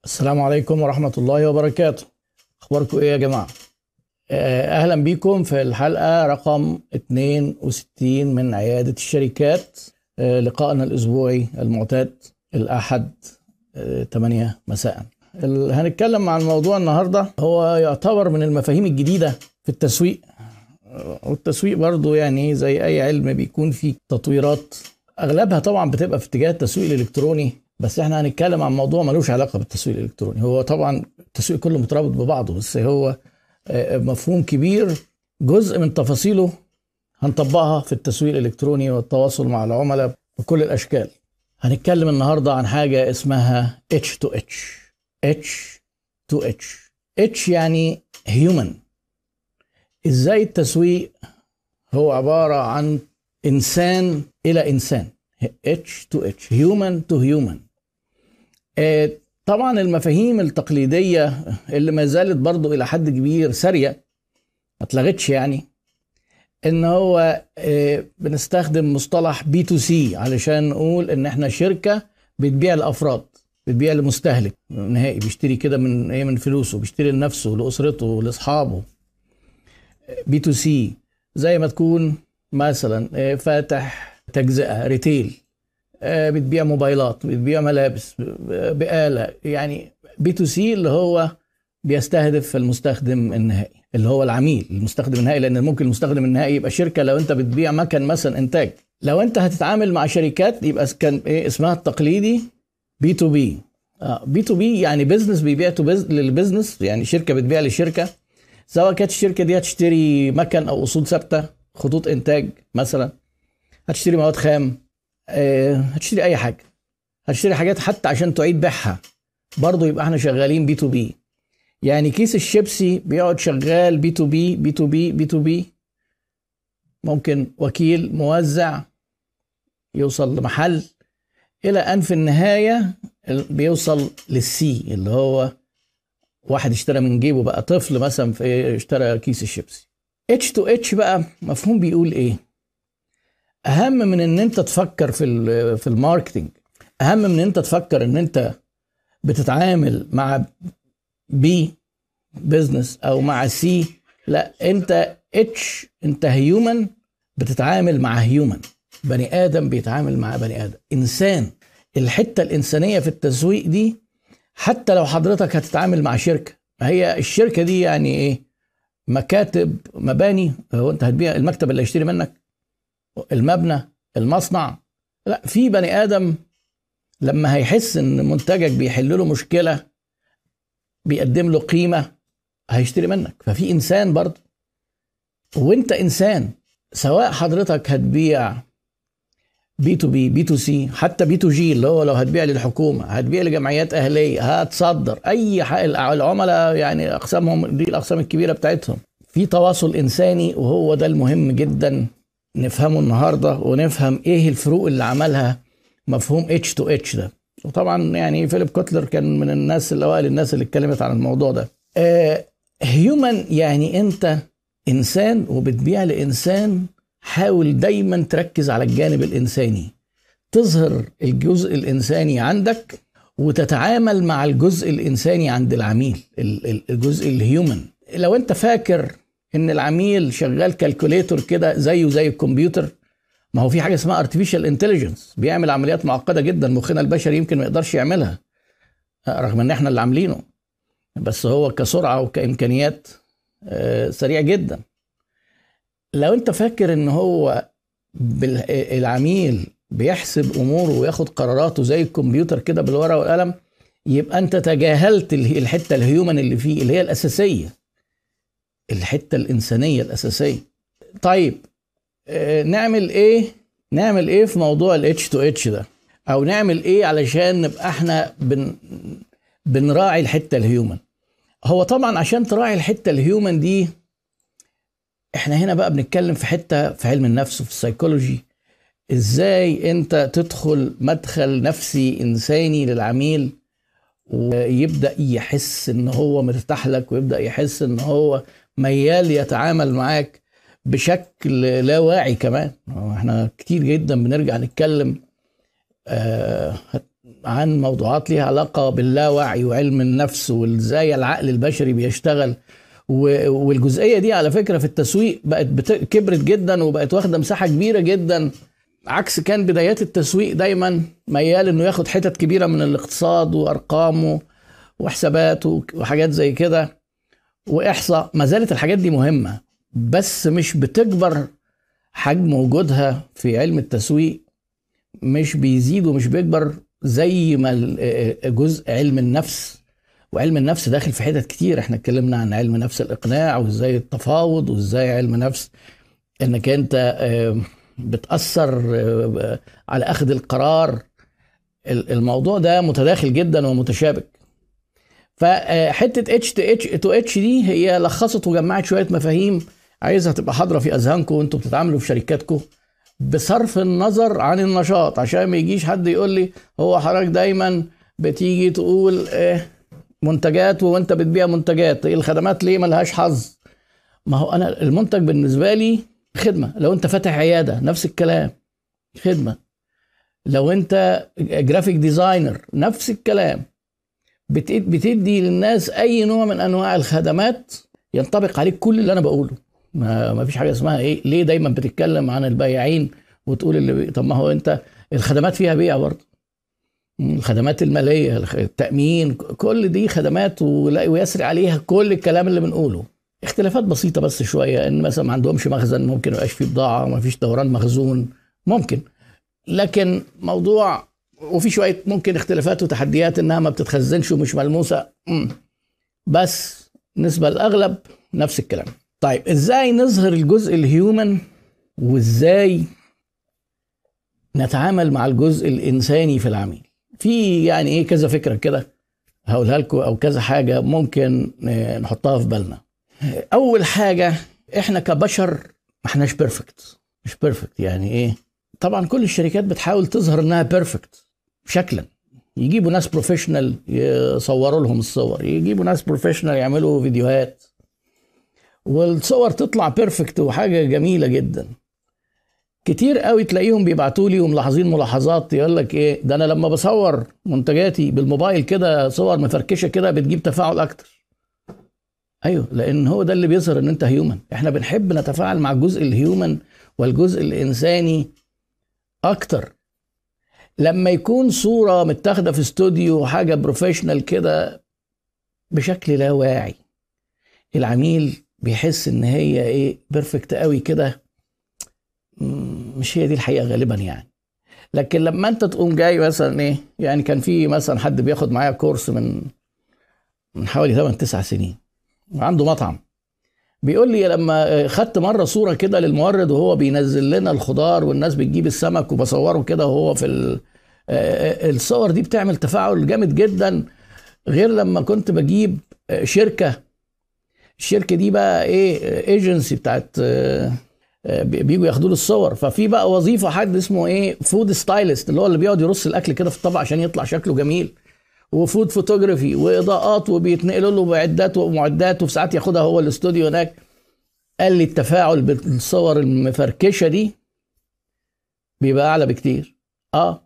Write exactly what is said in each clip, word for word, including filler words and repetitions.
السلام عليكم ورحمة الله وبركاته. أخباركم إيه يا جماعة؟ أهلا بكم في الحلقة رقم اثنين وستين من عيادة الشركات. لقائنا الأسبوعي المعتاد الأحد ثمانية مساء. هنتكلم عن الموضوع النهاردة، هو يعتبر من المفاهيم الجديدة في التسويق، والتسويق برضو يعني زي أي علم بيكون فيه تطويرات، أغلبها طبعا بتبقى في اتجاه التسويق الإلكتروني، بس احنا هنتكلم عن موضوع ملوش علاقة بالتسويق الإلكتروني. هو طبعا التسويق كله مترابط ببعضه، بس هو مفهوم كبير، جزء من تفاصيله هنطبقها في التسويق الإلكتروني والتواصل مع العملاء بكل الأشكال. هنتكلم النهاردة عن حاجة اسمها إتش تو إتش. إتش تو إتش. إتش يعني human. ازاي التسويق هو عبارة عن إنسان إلى إنسان، إتش تو إتش، human to human. آه طبعا المفاهيم التقليدية اللي ما زالت برضو إلى حد كبير سارية، ما اتلغتش، يعني إن هو آه بنستخدم مصطلح بي تو سي علشان نقول إن إحنا شركة بتبيع لأفراد، بتبيع لمستهلك نهائي، بيشتري كده من إيه، من فلوسه، بيشتري لنفسه لأسرته لأصحابه. بي تو سي زي ما تكون مثلا آه فاتح تجزئة ريتيل، بتبيع موبايلات، بتبيع ملابس، بقالة، يعني بي تو سي اللي هو بيستهدف المستخدم النهائي اللي هو العميل، المستخدم النهائي، لان ممكن المستخدم النهائي يبقى شركة. لو انت بتبيع مكن مثلا انتاج، لو انت هتتعامل مع شركات يبقى كان ايه اسمها التقليدي بي تو بي. اه بي تو بي يعني بيزنس بيبيع تو بيز للبيزنس، يعني شركة بتبيع لشركة، سواء كانت الشركة دي هتشتري مكن او اصول ثابتة، خطوط انتاج مثلا، هتشتري مواد خام، هتشتري اي حاجه، هتشتري حاجات حتى عشان تعيد بيعها، برضو يبقى احنا شغالين بي تو بي. يعني كيس الشيبسي بيقعد شغال بي تو بي بي تو بي بي تو بي، ممكن وكيل موزع يوصل لمحل، الى ان في النهايه بيوصل للسي اللي هو واحد اشترى من جيبه، بقى طفل مثلا في اشترى كيس الشيبسي. اتش تو اتش بقى مفهوم بيقول ايه؟ اهم من ان انت تفكر في في الماركتنج، اهم من ان انت تفكر ان انت بتتعامل مع بي بزنس او مع سي، لا، انت اتش، انت هيومن، بتتعامل مع هيومن، بني ادم بيتعامل مع بني ادم، انسان. الحته الانسانيه في التسويق دي، حتى لو حضرتك هتتعامل مع شركه، هي الشركه دي يعني ايه؟ مكاتب، مباني، هو انت هتبيع المكتب اللي هيشتري منك، المبنى، المصنع؟ لا، في بني آدم لما هيحس ان منتجك بيحل له مشكلة، بيقدم له قيمة، هيشتري منك. ففي انسان برضه، وانت انسان، سواء حضرتك هتبيع بي تو بي، بي تو سي، حتى بي تو جي اللي هو لو هتبيع للحكومة، هتبيع لجمعيات اهلية، هتصدر اي حق العملاء، يعني اقسامهم دي الاقسام الكبيرة بتاعتهم، في تواصل انساني، وهو ده المهم جدا نفهمه النهاردة، ونفهم ايه الفروق اللي عملها مفهوم اتش تو اتش ده. وطبعا يعني فيليب كوتلر كان من الناس اللي اوائل الناس اللي اتكلمت عن الموضوع ده. هيومن آه يعني انت انسان وبتبيع لانسان، حاول دايما تركز على الجانب الانساني، تظهر الجزء الانساني عندك، وتتعامل مع الجزء الانساني عند العميل، الجزء الهيومن. لو انت فاكر ان العميل شغال كالكوليتور كده زيه زي الكمبيوتر، ما هو في حاجه اسمها artificial intelligence، بيعمل عمليات معقده جدا مخنا البشري يمكن ما يقدرش يعملها، رغم ان احنا اللي عاملينه، بس هو كسرعه وكامكانيات سريع جدا. لو انت فاكر ان هو العميل بيحسب اموره وياخد قراراته زي الكمبيوتر كده بالورقه والقلم، يبقى انت تجاهلت الحته الهيومن اللي فيه، اللي هي الاساسيه، الحتة الإنسانية الأساسية. طيب آه نعمل إيه؟ نعمل إيه في موضوع الاتش تو اتش ده؟ أو نعمل إيه علشان نبقى إحنا بن بنراعي الحتة الهيومن؟ هو طبعا عشان تراعي الحتة الهيومن دي، إحنا هنا بقى بنتكلم في حتة في علم النفس وفي السيكولوجي، إزاي أنت تدخل مدخل نفسي إنساني للعميل، ويبدأ يحس إن هو مرتاح لك، ويبدأ يحس إن هو ميال يتعامل معاك بشكل لا واعي كمان. احنا كتير جدا بنرجع نتكلم آه عن موضوعات ليها علاقة باللاوعي وعلم النفس وازاي العقل البشري بيشتغل. والجزئية دي على فكرة في التسويق بقت بت... كبرت جدا وبقت واخدة مساحة كبيرة جدا، عكس كان بدايات التسويق دايما ميال انه ياخد حتت كبيرة من الاقتصاد وارقامه وحسابات وحاجات زي كده واحصاء. ما زالت الحاجات دي مهمة بس مش بتكبر حجم وجودها في علم التسويق، مش بيزيد ومش بيكبر زي ما جزء علم النفس. وعلم النفس داخل في حتت كتير، احنا اتكلمنا عن علم نفس الاقناع وازاي التفاوض وازاي علم نفس انك انت بتأثر على اخذ القرار. الموضوع ده متداخل جدا ومتشابك. فحتة اتش تو اتش دي هي لخصت وجمعت شوية مفاهيم عايزها تبقى حاضرة في اذهانكم وانتم بتتعاملوا في شركاتكم، بصرف النظر عن النشاط، عشان ما يجيش حد يقول لي هو حضرتك دايما بتيجي تقول اه منتجات وانت بتبيع منتجات، الخدمات ليه ملهاش حظ؟ ما هو انا المنتج بالنسبة لي خدمة. لو انت فاتح عيادة نفس الكلام خدمة، لو انت جرافيك ديزاينر نفس الكلام، بتدي للناس اي نوع من انواع الخدمات ينطبق عليك كل اللي انا بقوله. ما ما فيش حاجه اسمها ايه ليه دايما بتتكلم عن البياعين وتقول اللي بي... طب ما هو انت الخدمات فيها بيع برضه، الخدمات الماليه، التامين، كل دي خدمات ويسري عليها كل الكلام اللي بنقوله. اختلافات بسيطه بس شويه، ان مثلا ما عندهمش مخزن ممكن ما يبقاش فيه بضاعه، ما فيش دوران مخزون ممكن، لكن موضوع وفي شويه ممكن اختلافات وتحديات انها ما بتتخزنش ومش ملموسه، بس نسبه الاغلب نفس الكلام. طيب ازاي نظهر الجزء الهيومن وازاي نتعامل مع الجزء الانساني في العميل؟ في يعني ايه كذا فكره كده هقولها لكم، او كذا حاجه ممكن نحطها في بالنا. اول حاجه، احنا كبشر ما احناش بيرفكت، مش بيرفكت. يعني ايه؟ طبعا كل الشركات بتحاول تظهر انها بيرفكت شكلا، يجيبوا ناس بروفيشنال يصوروا لهم الصور، يجيبوا ناس بروفيشنال يعملوا فيديوهات والصور تطلع بيرفكت وحاجة جميلة جدا. كتير قوي تلاقيهم بيبعتوا لي وملاحظين ملاحظات يقول لك ايه ده، انا لما بصور منتجاتي بالموبايل كده صور مفركشة كده بتجيب تفاعل اكتر. ايوه، لان هو ده اللي بيظهر ان انت هيومن. احنا بنحب نتفاعل مع الجزء الهيومن والجزء الانساني اكتر. لما يكون صورة متاخدة في استوديو حاجة بروفيشنال كده بشكل لا واعي، العميل بيحس ان هي ايه بيرفكت قوي كده، مش هي دي الحقيقة غالبا يعني. لكن لما انت تقوم جاي مثلا ايه، يعني كان في مثلا حد بياخد معايا كورس من من حوالي ثمانية تسعة سنين وعنده مطعم، بيقول لي لما خدت مرة صورة كده للمورد وهو بينزل لنا الخضار والناس بتجيب السمك وبصوره كده وهو في الصور دي بتعمل تفاعل جامد جدا، غير لما كنت بجيب شركة الشركة دي بقى ايه ايجنسي بتاعت بيجوا ياخدوا له الصور. ففي بقى وظيفة حد اسمه ايه فود ستايلست، اللي هو اللي بيقعد يرص الاكل كده في الطبق عشان يطلع شكله جميل، وفود فوتوغرافي واضاءات، وبيتنقلوا له معدات ومعدات، وفي ساعات ياخدها هو الاستوديو هناك. قال لي التفاعل بالصور المفركشة دي بيبقى اعلى بكتير. اه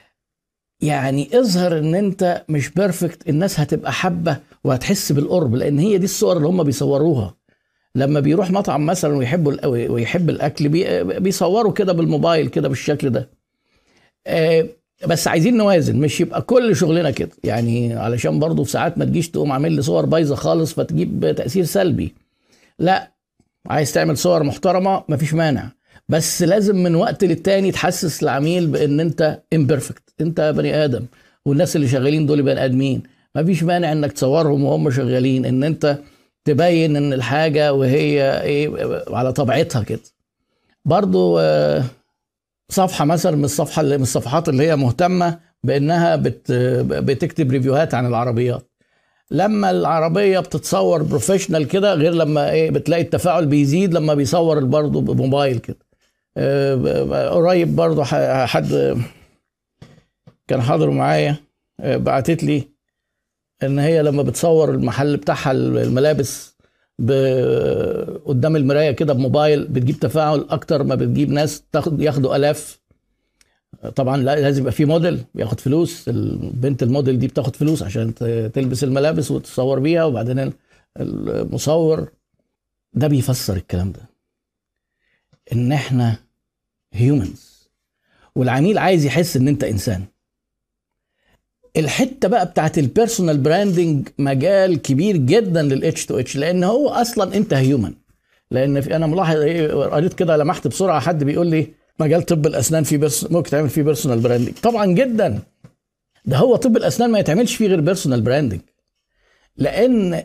يعني اظهر ان انت مش بيرفكت، الناس هتبقى حبة وهتحس بالقرب، لان هي دي الصور اللي هم بيصوروها. لما بيروح مطعم مثلا ويحبوا ويحب الاكل بيصوروا كده بالموبايل كده بالشكل ده. آه بس عايزين نوازن، مش يبقى كل شغلنا كده يعني، علشان برضو في ساعات ما تجيش تقوم عامل لي صور بايظه خالص فتجيب تأثير سلبي. لا، عايز تعمل صور محترمه مفيش مانع، بس لازم من وقت للتاني تحسس العميل بان انت امبرفكت، انت بني ادم، والناس اللي شغالين دول بني ادمين. مفيش مانع انك تصورهم وهم شغالين، ان انت تبين ان الحاجه وهي ايه على طبيعتها كده. برضو آه صفحة مثلا من الصفحة اللي من الصفحات اللي هي مهتمة بأنها بت بتكتب ريفيوهات عن العربيات، لما العربية بتتصور بروفيشنال كده غير لما ايه بتلاقي التفاعل بيزيد لما بيصور برضه بموبايل كده. اه قريب برضه حد كان حاضر معايا اه بعتت لي ان هي لما بتصور المحل بتاعها الملابس قدام المرايه كده بموبايل بتجيب تفاعل اكتر ما بتجيب ناس تاخد ياخدوا الاف طبعا لازم يبقى في موديل بياخد فلوس، البنت الموديل دي بتاخد فلوس عشان تلبس الملابس وتصور بيها، وبعدين المصور ده بيفسر الكلام ده ان احنا هيومنز، والعميل عايز يحس ان انت انسان. الحته بقى بتاعت البيرسونال براندنج مجال كبير جدا للاتش تو اتش، لان هو اصلا انت هيومن. لان في انا ملاحظ ايه، قريت كده لمحت بسرعه حد بيقول لي مجال طب الاسنان في بيرس ممكن تعمل فيه بيرسونال براندنج. طبعا جدا، ده هو طب الاسنان ما يتعملش فيه غير بيرسونال براندنج، لان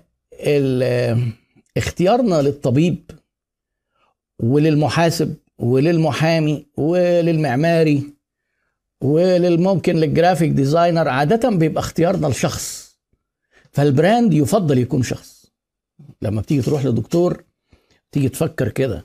اختيارنا للطبيب وللمحاسب وللمحامي وللمعماري وللممكن للجرافيك ديزاينر عادة بيبقى اختيارنا لشخص، فالبراند يفضل يكون شخص. لما بتيجي تروح لدكتور تيجي تفكر كده،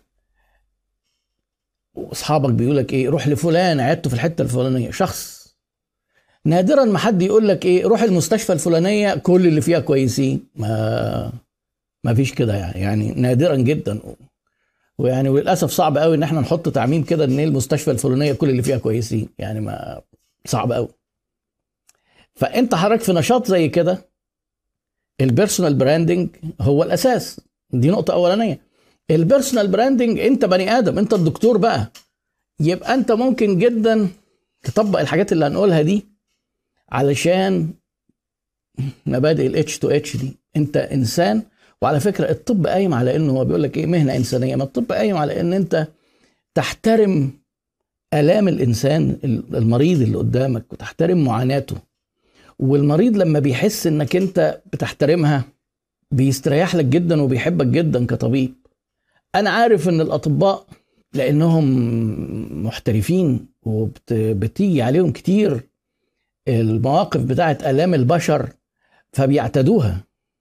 واصحابك بيقولك ايه، روح لفلان عيادته في الحتة الفلانية، شخص. نادرا ما حد يقولك ايه، روح المستشفى الفلانية كل اللي فيها كويسين، ما ما فيش كده يعني يعني نادرا جدا. ويعني وللاسف صعب قوي ان احنا نحط تعميم كده ان المستشفى الفلانيه كل اللي فيها كويسين، يعني ما صعب قوي. فانت حضرتك في نشاط زي كده البيرسونال براندنج هو الاساس، دي نقطه اولانيه. البيرسونال براندنج انت بني ادم، انت الدكتور بقى، يبقى انت ممكن جدا تطبق الحاجات اللي هنقولها دي علشان مبادئ الاتش تو اتش دي. انت انسان، وعلى فكرة الطب قايم على انه هو بيقول لك ايه، مهنة انسانية. ما الطب قايم على ان انت تحترم آلام الانسان المريض اللي قدامك وتحترم معاناته، والمريض لما بيحس انك انت بتحترمها بيستريح لك جدا وبيحبك جدا كطبيب. انا عارف ان الاطباء لانهم محترفين وبتيجي عليهم كتير المواقف بتاعت آلام البشر فبيعتدوها،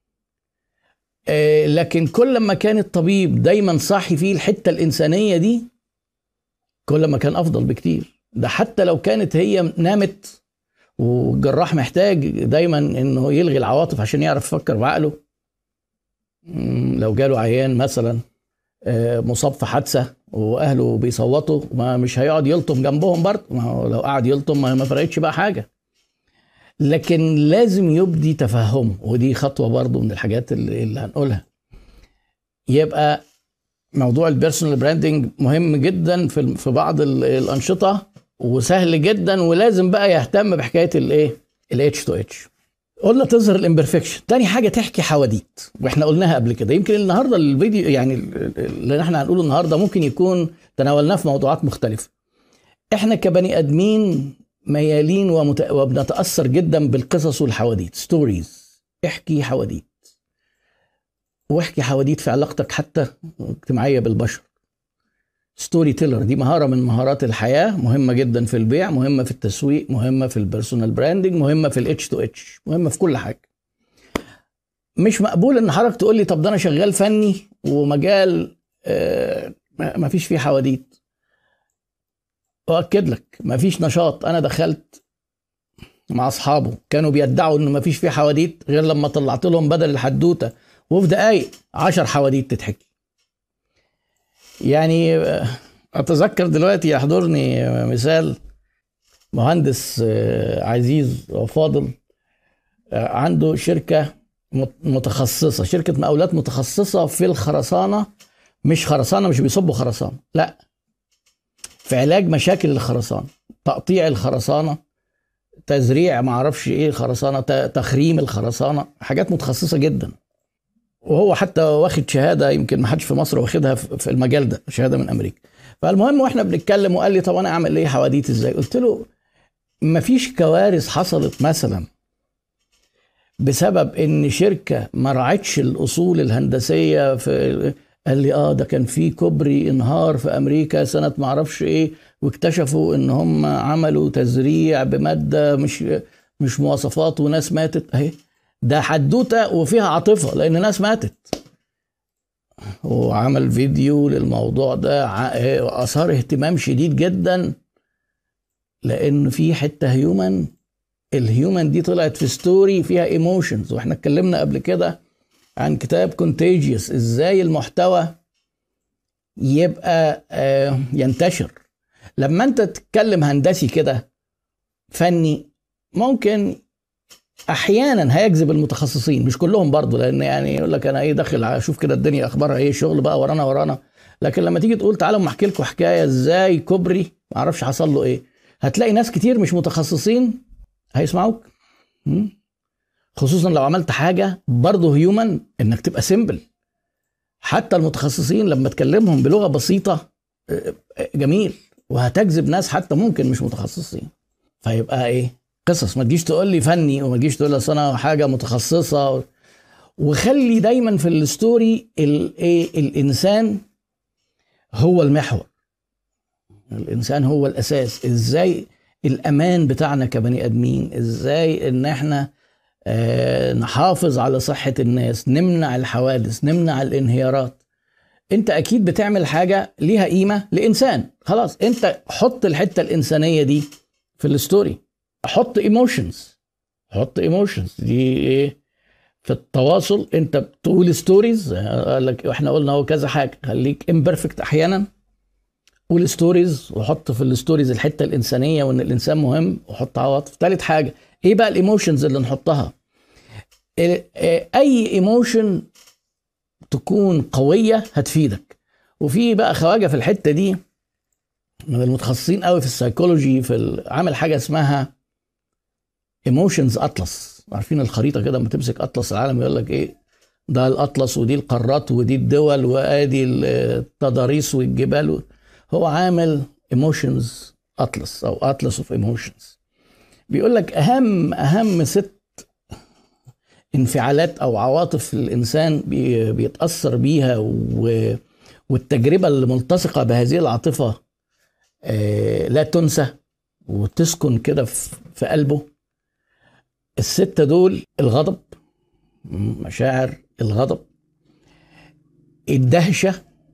لكن كل ما كان الطبيب دايما صاحي فيه الحتة الإنسانية دي كل ما كان أفضل بكتير. ده حتى لو كانت هي نامت والجراح محتاج دايما إنه يلغي العواطف عشان يعرف يفكر بعقله. لو جاله عيان مثلا مصاب في حادثة وأهله بيصوتوا، ما مش هيقعد يلطم جنبهم برضه، ما هو لو قعد يلطم ما فرقتش بقى حاجة. لكن لازم يبدي تفهمه، ودي خطوة برضو من الحاجات اللي, اللي هنقولها. يبقى موضوع البيرسونال براندنج مهم جدا في في بعض الأنشطة، وسهل جدا، ولازم بقى يهتم بحكاية الايه الاتش تو اتش. قلنا تظهر الامبرفكشن. تاني حاجة تحكي حواديت، واحنا قلناها قبل كده. يمكن النهاردة الفيديو يعني اللي احنا هنقوله النهاردة ممكن يكون تناولناه في موضوعات مختلفة. احنا كبني ادمين ميالين ومت... وبنتأثر جدا بالقصص والحواديت، ستوريز. احكي حواديت، واحكي حواديت في علاقتك حتى اجتماعية بالبشر. ستوري تيلر دي مهارة من مهارات الحياة، مهمة جدا في البيع، مهمة في التسويق، مهمة في البيرسونال براندنج، مهمة في الاتش تو اتش، مهمة في كل حاجة. مش مقبول ان حضرتك تقول لي طب ده انا شغال فني ومجال آه ما فيش فيه حواديت. أؤكد لك مفيش نشاط أنا دخلت مع أصحابه كانوا بيدعوا إنه مفيش فيه حواديت غير لما طلعت لهم بدل الحدوتة وفي دقايق عشر حواديت تتحكي. يعني أتذكر دلوقتي يحضرني مثال مهندس عزيز وفاضل عنده شركة متخصصة، شركة مقاولات متخصصة في الخرسانة. مش خرسانة، مش بيصبوا خرسانة، لا، في علاج مشاكل الخرسانة، تقطيع الخرسانة، تزريع معرفش ايه الخرسانة، تخريم الخرسانة، حاجات متخصصة جدا. وهو حتى واخد شهادة يمكن ما حدش في مصر واخدها في المجال ده، شهادة من أمريكا. فالمهم واحنا بنتكلم وقال لي طب انا اعمل ايه حواديت ازاي؟ قلت له مفيش كوارث حصلت مثلا بسبب ان شركة ما راعتش الاصول الهندسية في. قال لي اه ده كان في كوبري انهار في امريكا سنة معرفش ايه، واكتشفوا ان هم عملوا تزريع بمادة مش مش مواصفات وناس ماتت. اهي ده حدوتة وفيها عاطفة لان ناس ماتت. وعمل فيديو للموضوع ده اثار اهتمام شديد جدا لان في حتة هيومن. الهيومن دي طلعت في ستوري فيها ايموشنز، واحنا اتكلمنا قبل كده عن كتاب كونتيجيوس، ازاي المحتوى يبقى ينتشر. لما انت تتكلم هندسي كده فني ممكن احيانا هيجذب المتخصصين، مش كلهم برضو، لان يعني يقول لك انا ايه داخل اشوف كده الدنيا اخبارها ايه، شغل بقى ورانا ورانا. لكن لما تيجي تقول تعالوا ما احكي لكم حكايه ازاي كوبري ما اعرفش حصل له ايه، هتلاقي ناس كتير مش متخصصين هيسمعوك. خصوصا لو عملت حاجه برضو هيومن، انك تبقى سيمبل. حتى المتخصصين لما تكلمهم بلغه بسيطه جميل، وهتجذب ناس حتى ممكن مش متخصصين. فيبقى ايه قصص، ما تجيش تقول لي فني وما تجيش تقول لي انا حاجه متخصصه. وخلي دايما في الستوري الايه الانسان هو المحور، الانسان هو الاساس. ازاي الامان بتاعنا كبني ادمين، ازاي ان احنا آه نحافظ على صحه الناس، نمنع الحوادث، نمنع الانهيارات. انت اكيد بتعمل حاجه ليها قيمه لانسان، خلاص انت حط الحته الانسانيه دي في الستوري. حط ايموشنز، حط ايموشنز دي ايه في التواصل. انت بتقول ستوريز، قال لك احنا قلنا هو كذا حاجه، خليك امبرفكت احيانا، قول ستوريز وحط في الستوريز الحته الانسانيه وان الانسان مهم، وحط عواطف. ثالث حاجه ايه بقى الايموشنز اللي نحطها؟ اي ايموشن تكون قويه هتفيدك. وفي بقى خواجه في الحته دي من المتخصصين قوي في السايكولوجي، في عامل حاجه اسمها ايموشنز اطلس. عارفين الخريطه كده لما تمسك اطلس العالم يقول لك ايه ده الاطلس، ودي القارات، ودي الدول، وادي التضاريس والجبال. هو عامل ايموشنز اطلس او اطلس اوف ايموشنز. بيقول لك اهم اهم ست انفعالات او عواطف الانسان بيتاثر بيها، والتجربه اللي ملتصقه بهذه العاطفه لا تنسى وتسكن كده في قلبه. الستة دول: الغضب، مشاعر الغضب، الدهشة،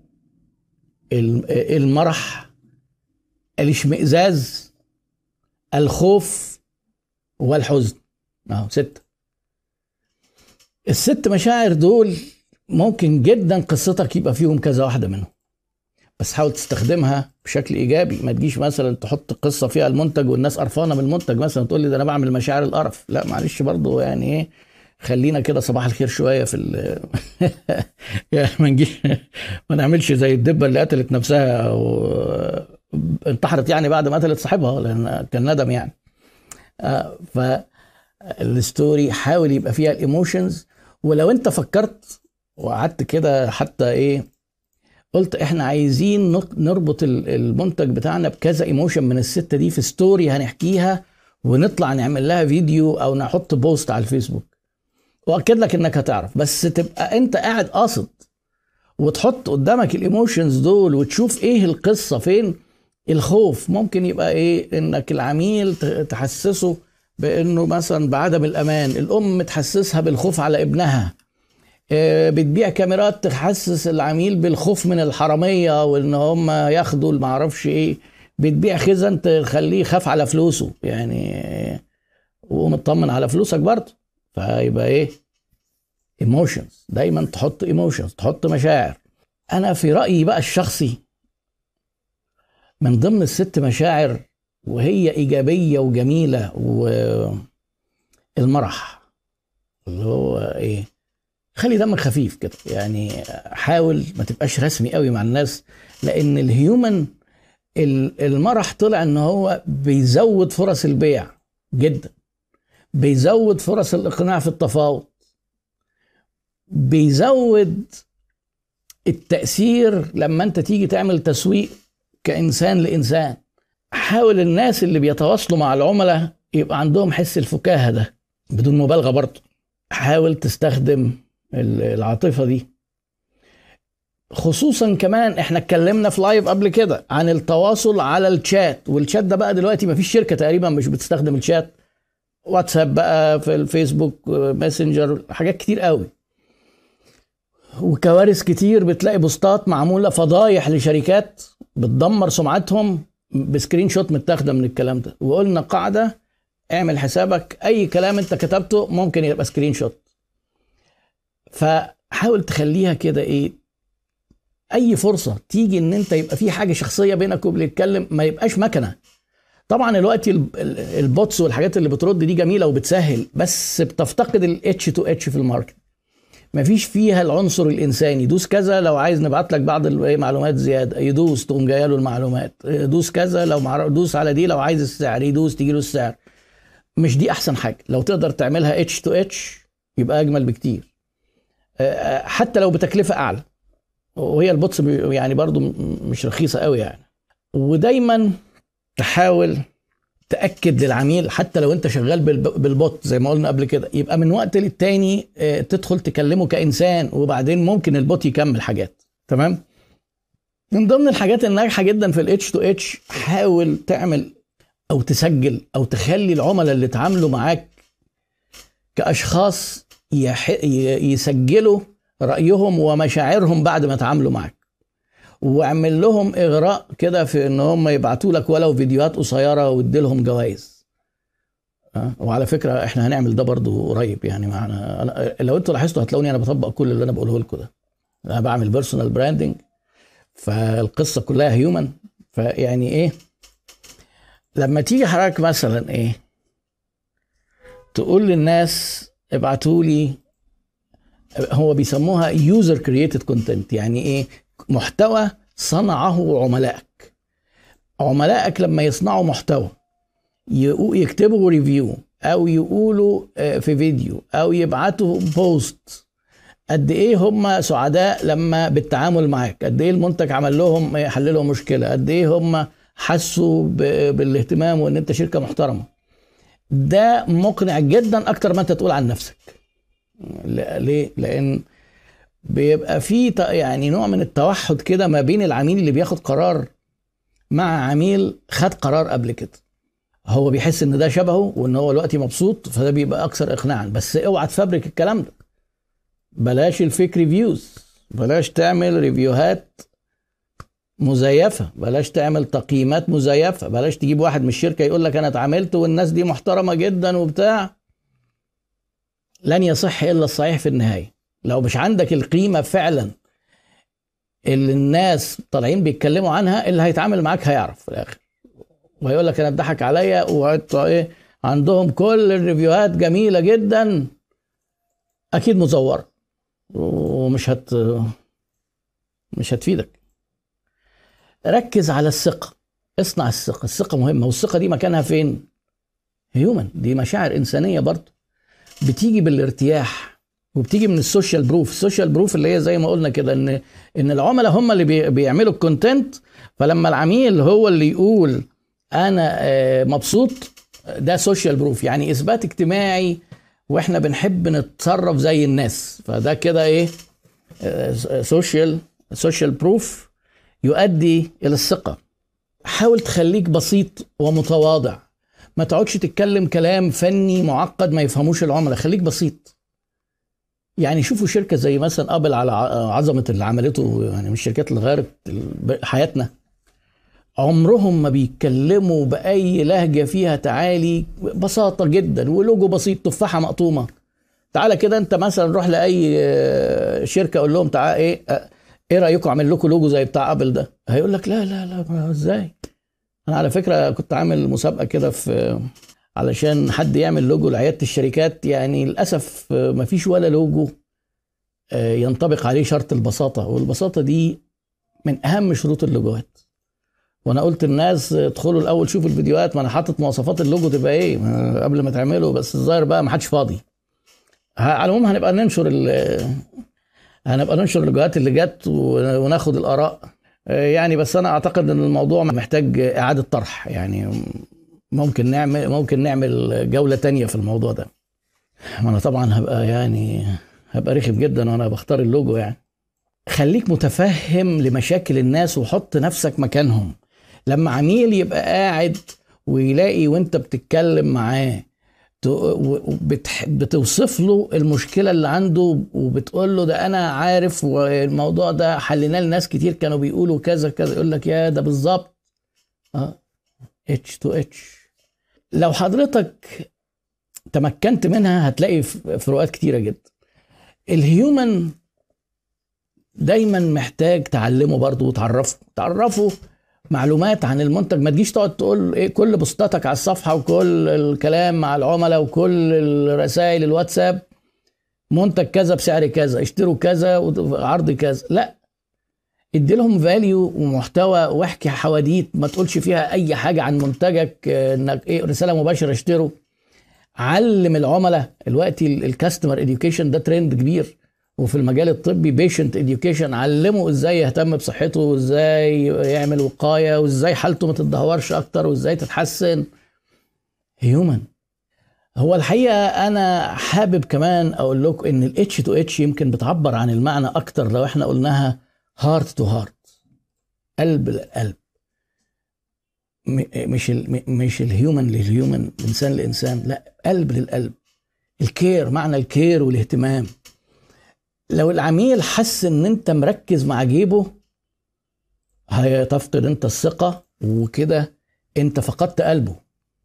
المرح، الاشمئزاز، الخوف، والحزن. اهو ستة. الست مشاعر دول ممكن جدا قصتك يبقى فيهم كذا واحدة منهم، بس حاول تستخدمها بشكل ايجابي. ما تجيش مثلا تحط قصه فيها المنتج والناس قرفانه من المنتج، مثلا تقول لي ده انا بعمل مشاعر القرف. لا معلش برضو، يعني ايه، خلينا كده صباح الخير شويه في ال يعني ما نجيش ما نعملش زي الدبه اللي قتلت نفسها وانتحرت يعني بعد ما قتلت صاحبها، لان كان ندم يعني. فالستوري حاول يبقى فيها الايموشنز. ولو انت فكرت وقعدت كده حتى ايه قلت احنا عايزين نربط المنتج بتاعنا بكذا ايموشن من الستة دي في ستوري هنحكيها ونطلع نعمل لها فيديو او نحط بوست على الفيسبوك، واكد لك انك هتعرف. بس تبقى انت قاعد قاصد وتحط قدامك الايموشنز دول وتشوف ايه القصة فين. الخوف ممكن يبقى ايه، انك العميل تحسسه بانه مثلا بعدم الامان، الام تحسسها بالخوف على ابنها، بتبيع كاميرات تحسس العميل بالخوف من الحرامية وان هم ياخدوا المعرفش ايه، بتبيع خزن تخليه يخاف على فلوسه يعني ومطمن على فلوسك برضه. فيبقى ايه ايموشنز، دايما تحط ايموشنز، تحط مشاعر. انا في رأيي بقى الشخصي من ضمن الست مشاعر وهي ايجابية وجميلة، والمرح اللي هو ايه، خلي دمك خفيف كده، يعني حاول ما تبقاش رسمي قوي مع الناس، لان الهيومن المرح طلع ان هو بيزود فرص البيع جدا، بيزود فرص الاقناع في التفاوض، بيزود التأثير لما انت تيجي تعمل تسويق كإنسان لإنسان. حاول الناس اللي بيتواصلوا مع العملاء يبقى عندهم حس الفكاهة ده بدون مبالغة برضه. حاول تستخدم العاطفة دي. خصوصا كمان احنا اتكلمنا في لايف قبل كده عن التواصل على الشات، والشات ده بقى دلوقتي مفيش شركة تقريبا مش بتستخدم الشات. واتساب بقى، في الفيسبوك ماسنجر، حاجات كتير قوي. وكوارث كتير بتلاقي بوستات معمولة فضايح لشركات بتدمر سمعتهم بسكرين شوت متاخدة من الكلام ده. وقلنا قاعدة: اعمل حسابك اي كلام انت كتبته ممكن يبقى سكرين شوت. فحاول تخليها كده ايه، اي فرصه تيجي ان انت يبقى في حاجه شخصيه بينك وبين اللي يتكلم، ما يبقاش مكنه. طبعا الوقت البوتس والحاجات اللي بترد دي جميله وبتسهل، بس بتفتقد الاتش تو اتش في الماركت. مفيش فيها العنصر الانساني. دوس كذا لو عايز نبعت لك بعض المعلومات زياده، يدوس تقوم جايه له المعلومات. دوس كذا لو مع... دوس على دي لو عايز السعر، يدوس تيجي له السعر. مش دي احسن حاجه. لو تقدر تعملها اتش تو اتش يبقى اجمل بكتير، حتى لو بتكلفه اعلى. وهي البوتس يعني برضو مش رخيصه قوي يعني. ودايما تحاول تأكد للعميل، حتى لو انت شغال بالبوت زي ما قلنا قبل كده، يبقى من وقت للتاني تدخل تكلمه كإنسان، وبعدين ممكن البوت يكمل حاجات. تمام. من ضمن الحاجات الناجحة جدا في الاتش تو اتش، حاول تعمل او تسجل او تخلي العملاء اللي اتعاملوا معاك كأشخاص يح... يسجلوا رأيهم ومشاعرهم بعد ما اتعاملوا معاك، واعمل لهم اغراء كده في ان هم يبعتوا لك ولو فيديوهات قصيره وادي لهم جوائز. أه؟ وعلى فكره احنا هنعمل ده برضو قريب يعني معنا. أنا لو انتوا لاحظتوا هتلاقوني انا بطبق كل اللي انا بقوله لكم ده. انا بعمل بيرسونال براندنج، فالقصه كلها هيومن. فيعني ايه لما تيجي حضرتك مثلا ايه تقول للناس ابعتوا لي، هو بيسموها يوزر كرييتد كونتنت، يعني ايه؟ محتوى صنعه عملائك. عملائك لما يصنعوا محتوى يكتبوا ريفيو او يقولوا في فيديو او يبعتوا بوست، قد ايه هم سعداء لما بالتعامل معاك، قد ايه المنتج عمل لهم حل لهم مشكله، قد ايه هم حسوا بالاهتمام وان انت شركه محترمه. ده مقنع جدا اكتر ما انت تقول عن نفسك. ليه؟ لان بيبقى في يعني نوع من التوحد كده ما بين العميل اللي بياخد قرار مع عميل خد قرار قبل كده. هو بيحس ان ده شبهه وان هو دلوقتي مبسوط، فده بيبقى اكثر اقناعا. بس اوعى تفبرك الكلام ده. بلاش الفيك ريفيوز، بلاش تعمل ريفيوهات مزيفة، بلاش تعمل تقييمات مزيفة، بلاش تجيب واحد من الشركة يقول لك انا اتعاملت والناس دي محترمة جدا وبتاع. لن يصح الا الصحيح في النهاية. لو مش عندك القيمة فعلا اللي الناس طالعين بيتكلموا عنها، اللي هيتعامل معاك هيعرف في الاخر وهيقول لك انا اتضحك عليا. وايه عندهم كل الريفيوهات جميلة جدا، اكيد مزورة ومش هت مش هتفيدك. ركز على الثقة، اصنع الثقة. الثقة مهمة، والثقة دي مكانها فين؟ هيومن، دي مشاعر إنسانية برضو، بتيجي بالارتياح وبتيجي من السوشيال بروف. السوشيال بروف اللي هي زي ما قلنا كده ان ان العملاء هم اللي بي بيعملوا الكونتنت، فلما العميل هو اللي يقول انا مبسوط، ده سوشيال بروف، يعني اثبات اجتماعي، واحنا بنحب نتصرف زي الناس. فده كده ايه؟ سوشيال سوشيال بروف يؤدي الى الثقة. حاول تخليك بسيط ومتواضع، ما تقعدش تتكلم كلام فني معقد ما يفهموش العملاء. خليك بسيط. يعني شوفوا شركة زي مثلا ابل على عظمة اللي عملته، يعني من الشركات اللي غيرت حياتنا. عمرهم ما بيتكلموا بأي لهجة فيها تعالي، بساطة جدا، ولوجو بسيط، تفاحة مقطومة. تعالى كده انت مثلا روح لأي شركة قول لهم تعالى ايه ايه رأيكم اعمل لكم لوجو زي بتاع ابل ده؟ هيقول لك لا لا لا ازاي. انا على فكرة كنت عامل مسابقة كده في علشان حد يعمل لوجو لعيادة الشركات، يعني للأسف ما فيش ولا لوجو ينطبق عليه شرط البساطة، والبساطة دي من أهم شروط اللوجوهات. وانا قلت الناس ادخلوا الاول شوفوا الفيديوهات، ما انا حاطط مواصفات اللوجو تبقى ايه قبل ما تعمله، بس الظاهر بقى ما حدش فاضي. على العموم هنبقى ننشر هنبقى ننشر اللوجوهات اللي جت وناخد الاراء يعني. بس انا اعتقد ان الموضوع محتاج اعادة طرح، يعني ممكن نعمل ممكن نعمل جولة تانية في الموضوع ده. انا طبعا هبقى يعني هبقى رخم جدا وانا بختار اللوجو. يعني خليك متفهم لمشاكل الناس وحط نفسك مكانهم. لما عميل يبقى قاعد ويلاقي وانت بتتكلم معاه بتوصف له المشكلة اللي عنده وبتقول له ده انا عارف والموضوع ده حلنا لناس كتير كانوا بيقولوا كذا كذا، يقول لك يا ده بالظبط. اه اتش تو اتش. لو حضرتك تمكنت منها هتلاقي فروقات كتيرة جدا. الهيومن دايما محتاج تعلمه برضه وتعرفه تعرفه معلومات عن المنتج. ما تجيش تقعد تقول ايه كل بوستاتك على الصفحه وكل الكلام مع العملاء وكل الرسائل الواتساب منتج كذا بسعر كذا، اشتروا كذا وعرض كذا. لا، ادي لهم فاليو ومحتوى واحكي حواديت، ما تقولش فيها اي حاجه عن منتجك انك ايه رساله مباشره اشتروا. علم العملاء. دلوقتي الكاستمر اديوكيشن ده ترند كبير، وفي المجال الطبي بيشنت اديوكيشن. علمه ازاي يهتم بصحته وازاي يعمل وقايه وازاي حالته ما تتدهورش اكتر وازاي تتحسن. هيومن. هو الحقيقه انا حابب كمان اقول لكم ان الاتش تو اتش يمكن بتعبر عن المعنى اكتر لو احنا قلناها هارت تو هارت، قلب للقلب، مش ال مش الهيومن للهيومن، انسان لانسان، لا قلب للقلب. الكير، معنى الكير والاهتمام. لو العميل حس ان انت مركز مع جيبه هتفقد انت الثقة، وكده انت فقدت قلبه.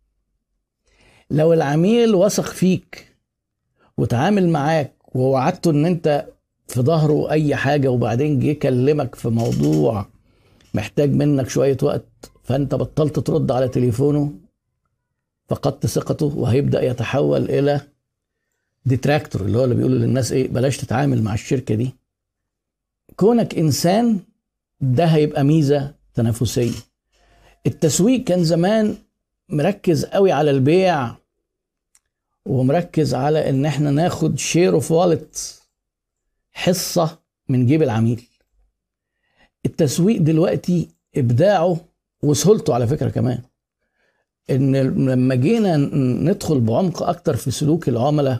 لو العميل وثق فيك وتعامل معاك ووعدته ان انت في ظهره اي حاجة وبعدين جه كلمك في موضوع محتاج منك شوية وقت فانت بطلت ترد على تليفونه، فقدت ثقته وهيبدأ يتحول الى ديتراكتور، اللي هو اللي بيقولوا للناس ايه بلاش تتعامل مع الشركة دي. كونك انسان ده هيبقى ميزة تنافسية. التسويق كان زمان مركز قوي على البيع ومركز على ان احنا ناخد شير اوف والت، حصة من جيب العميل. التسويق دلوقتي ابداعه وسهولته على فكرة كمان ان لما جينا ندخل بعمق اكتر في سلوك العملاء،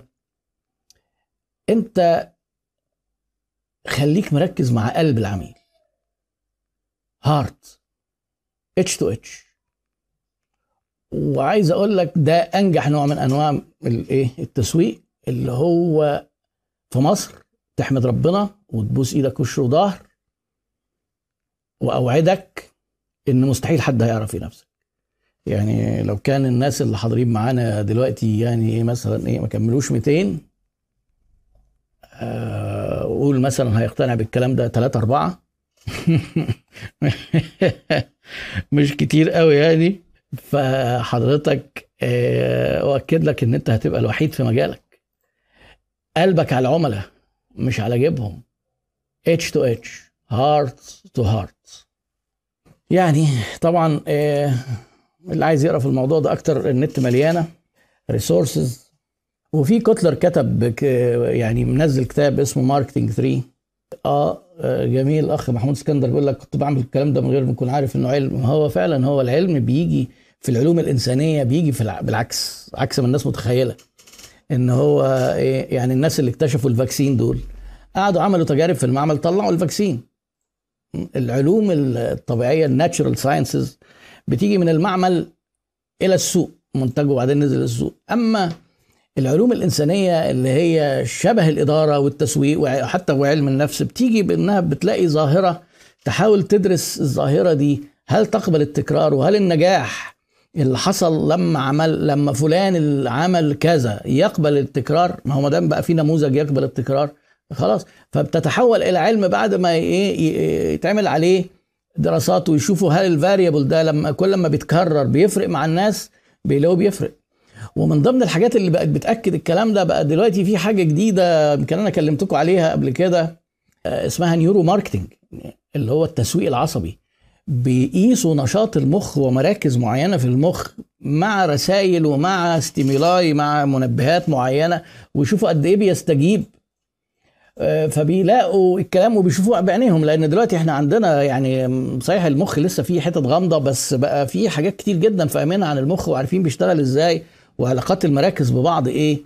انت خليك مركز مع قلب العميل، هارت، اتش تو اتش. وعايز اقول لك ده انجح نوع من انواع الايه التسويق، اللي هو في مصر تحمد ربنا وتبوس ايدك وش وظهر، واوعدك ان مستحيل حد هيعرف ينافسك. يعني لو كان الناس اللي حاضرين معانا دلوقتي يعني ايه مثلا ايه ما كملوش مئتين، قول مثلا هيقتنع بالكلام ده ثلاثة أربعة مش كتير قوي يعني. فحضرتك أؤكد لك إن أنت هتبقى الوحيد في مجالك. قلبك على العملاء مش على جيبهم. اتش تو اتش، هارت تو هارت. يعني طبعا اللي عايز يقرأ في الموضوع ده أكتر النت مليانة ريسورسز. وفي كوتلر كتب يعني منزل كتاب اسمه ماركتينج ثري. اه جميل. اخ محمود اسكندر بيقول لك كنت بعمل الكلام ده من غير ما اكون عارف انه علم. هو فعلا هو العلم بيجي في العلوم الانسانيه بيجي في الع... بالعكس، عكس ما الناس متخيله. ان هو إيه يعني الناس اللي اكتشفوا الفاكسين دول قعدوا عملوا تجارب في المعمل طلعوا الفاكسين. العلوم الطبيعيه الناتشرال ساينسز بتيجي من المعمل الى السوق، منتجه وبعدين نزل السوق. اما العلوم الإنسانية اللي هي شبه الإدارة والتسويق وحتى وعلم النفس بتيجي بأنها بتلاقي ظاهرة تحاول تدرس الظاهرة دي هل تقبل التكرار، وهل النجاح اللي حصل لما عمل لما فلان اللي عمل كذا يقبل التكرار. ما هو ما دام بقى في نموذج يقبل التكرار خلاص، فبتتحول إلى علم بعد ما يتعمل عليه دراسات ويشوفوا هل الفاريبل ده لما كل ما بيتكرر بيفرق مع الناس، بيلاقوا بيفرق. ومن ضمن الحاجات اللي بقت بتأكد الكلام ده بقى دلوقتي في حاجة جديدة يمكن أنا كلمتكم عليها قبل كده اسمها نيورو ماركتينج، اللي هو التسويق العصبي. بيقيسوا نشاط المخ ومراكز معينة في المخ مع رسائل ومع ستيمولاي مع منبهات معينة ويشوفوا قد إيه بيستجيب. فبيلاقوا الكلام وبيشوفوه بعينيهم، لأن دلوقتي احنا عندنا يعني صحيح المخ لسه فيه حتت غامضة، بس بقى فيه حاجات كتير جدا فاهمينها عن المخ وعارفين بيشتغل ازاي وعلاقات المراكز ببعض ايه.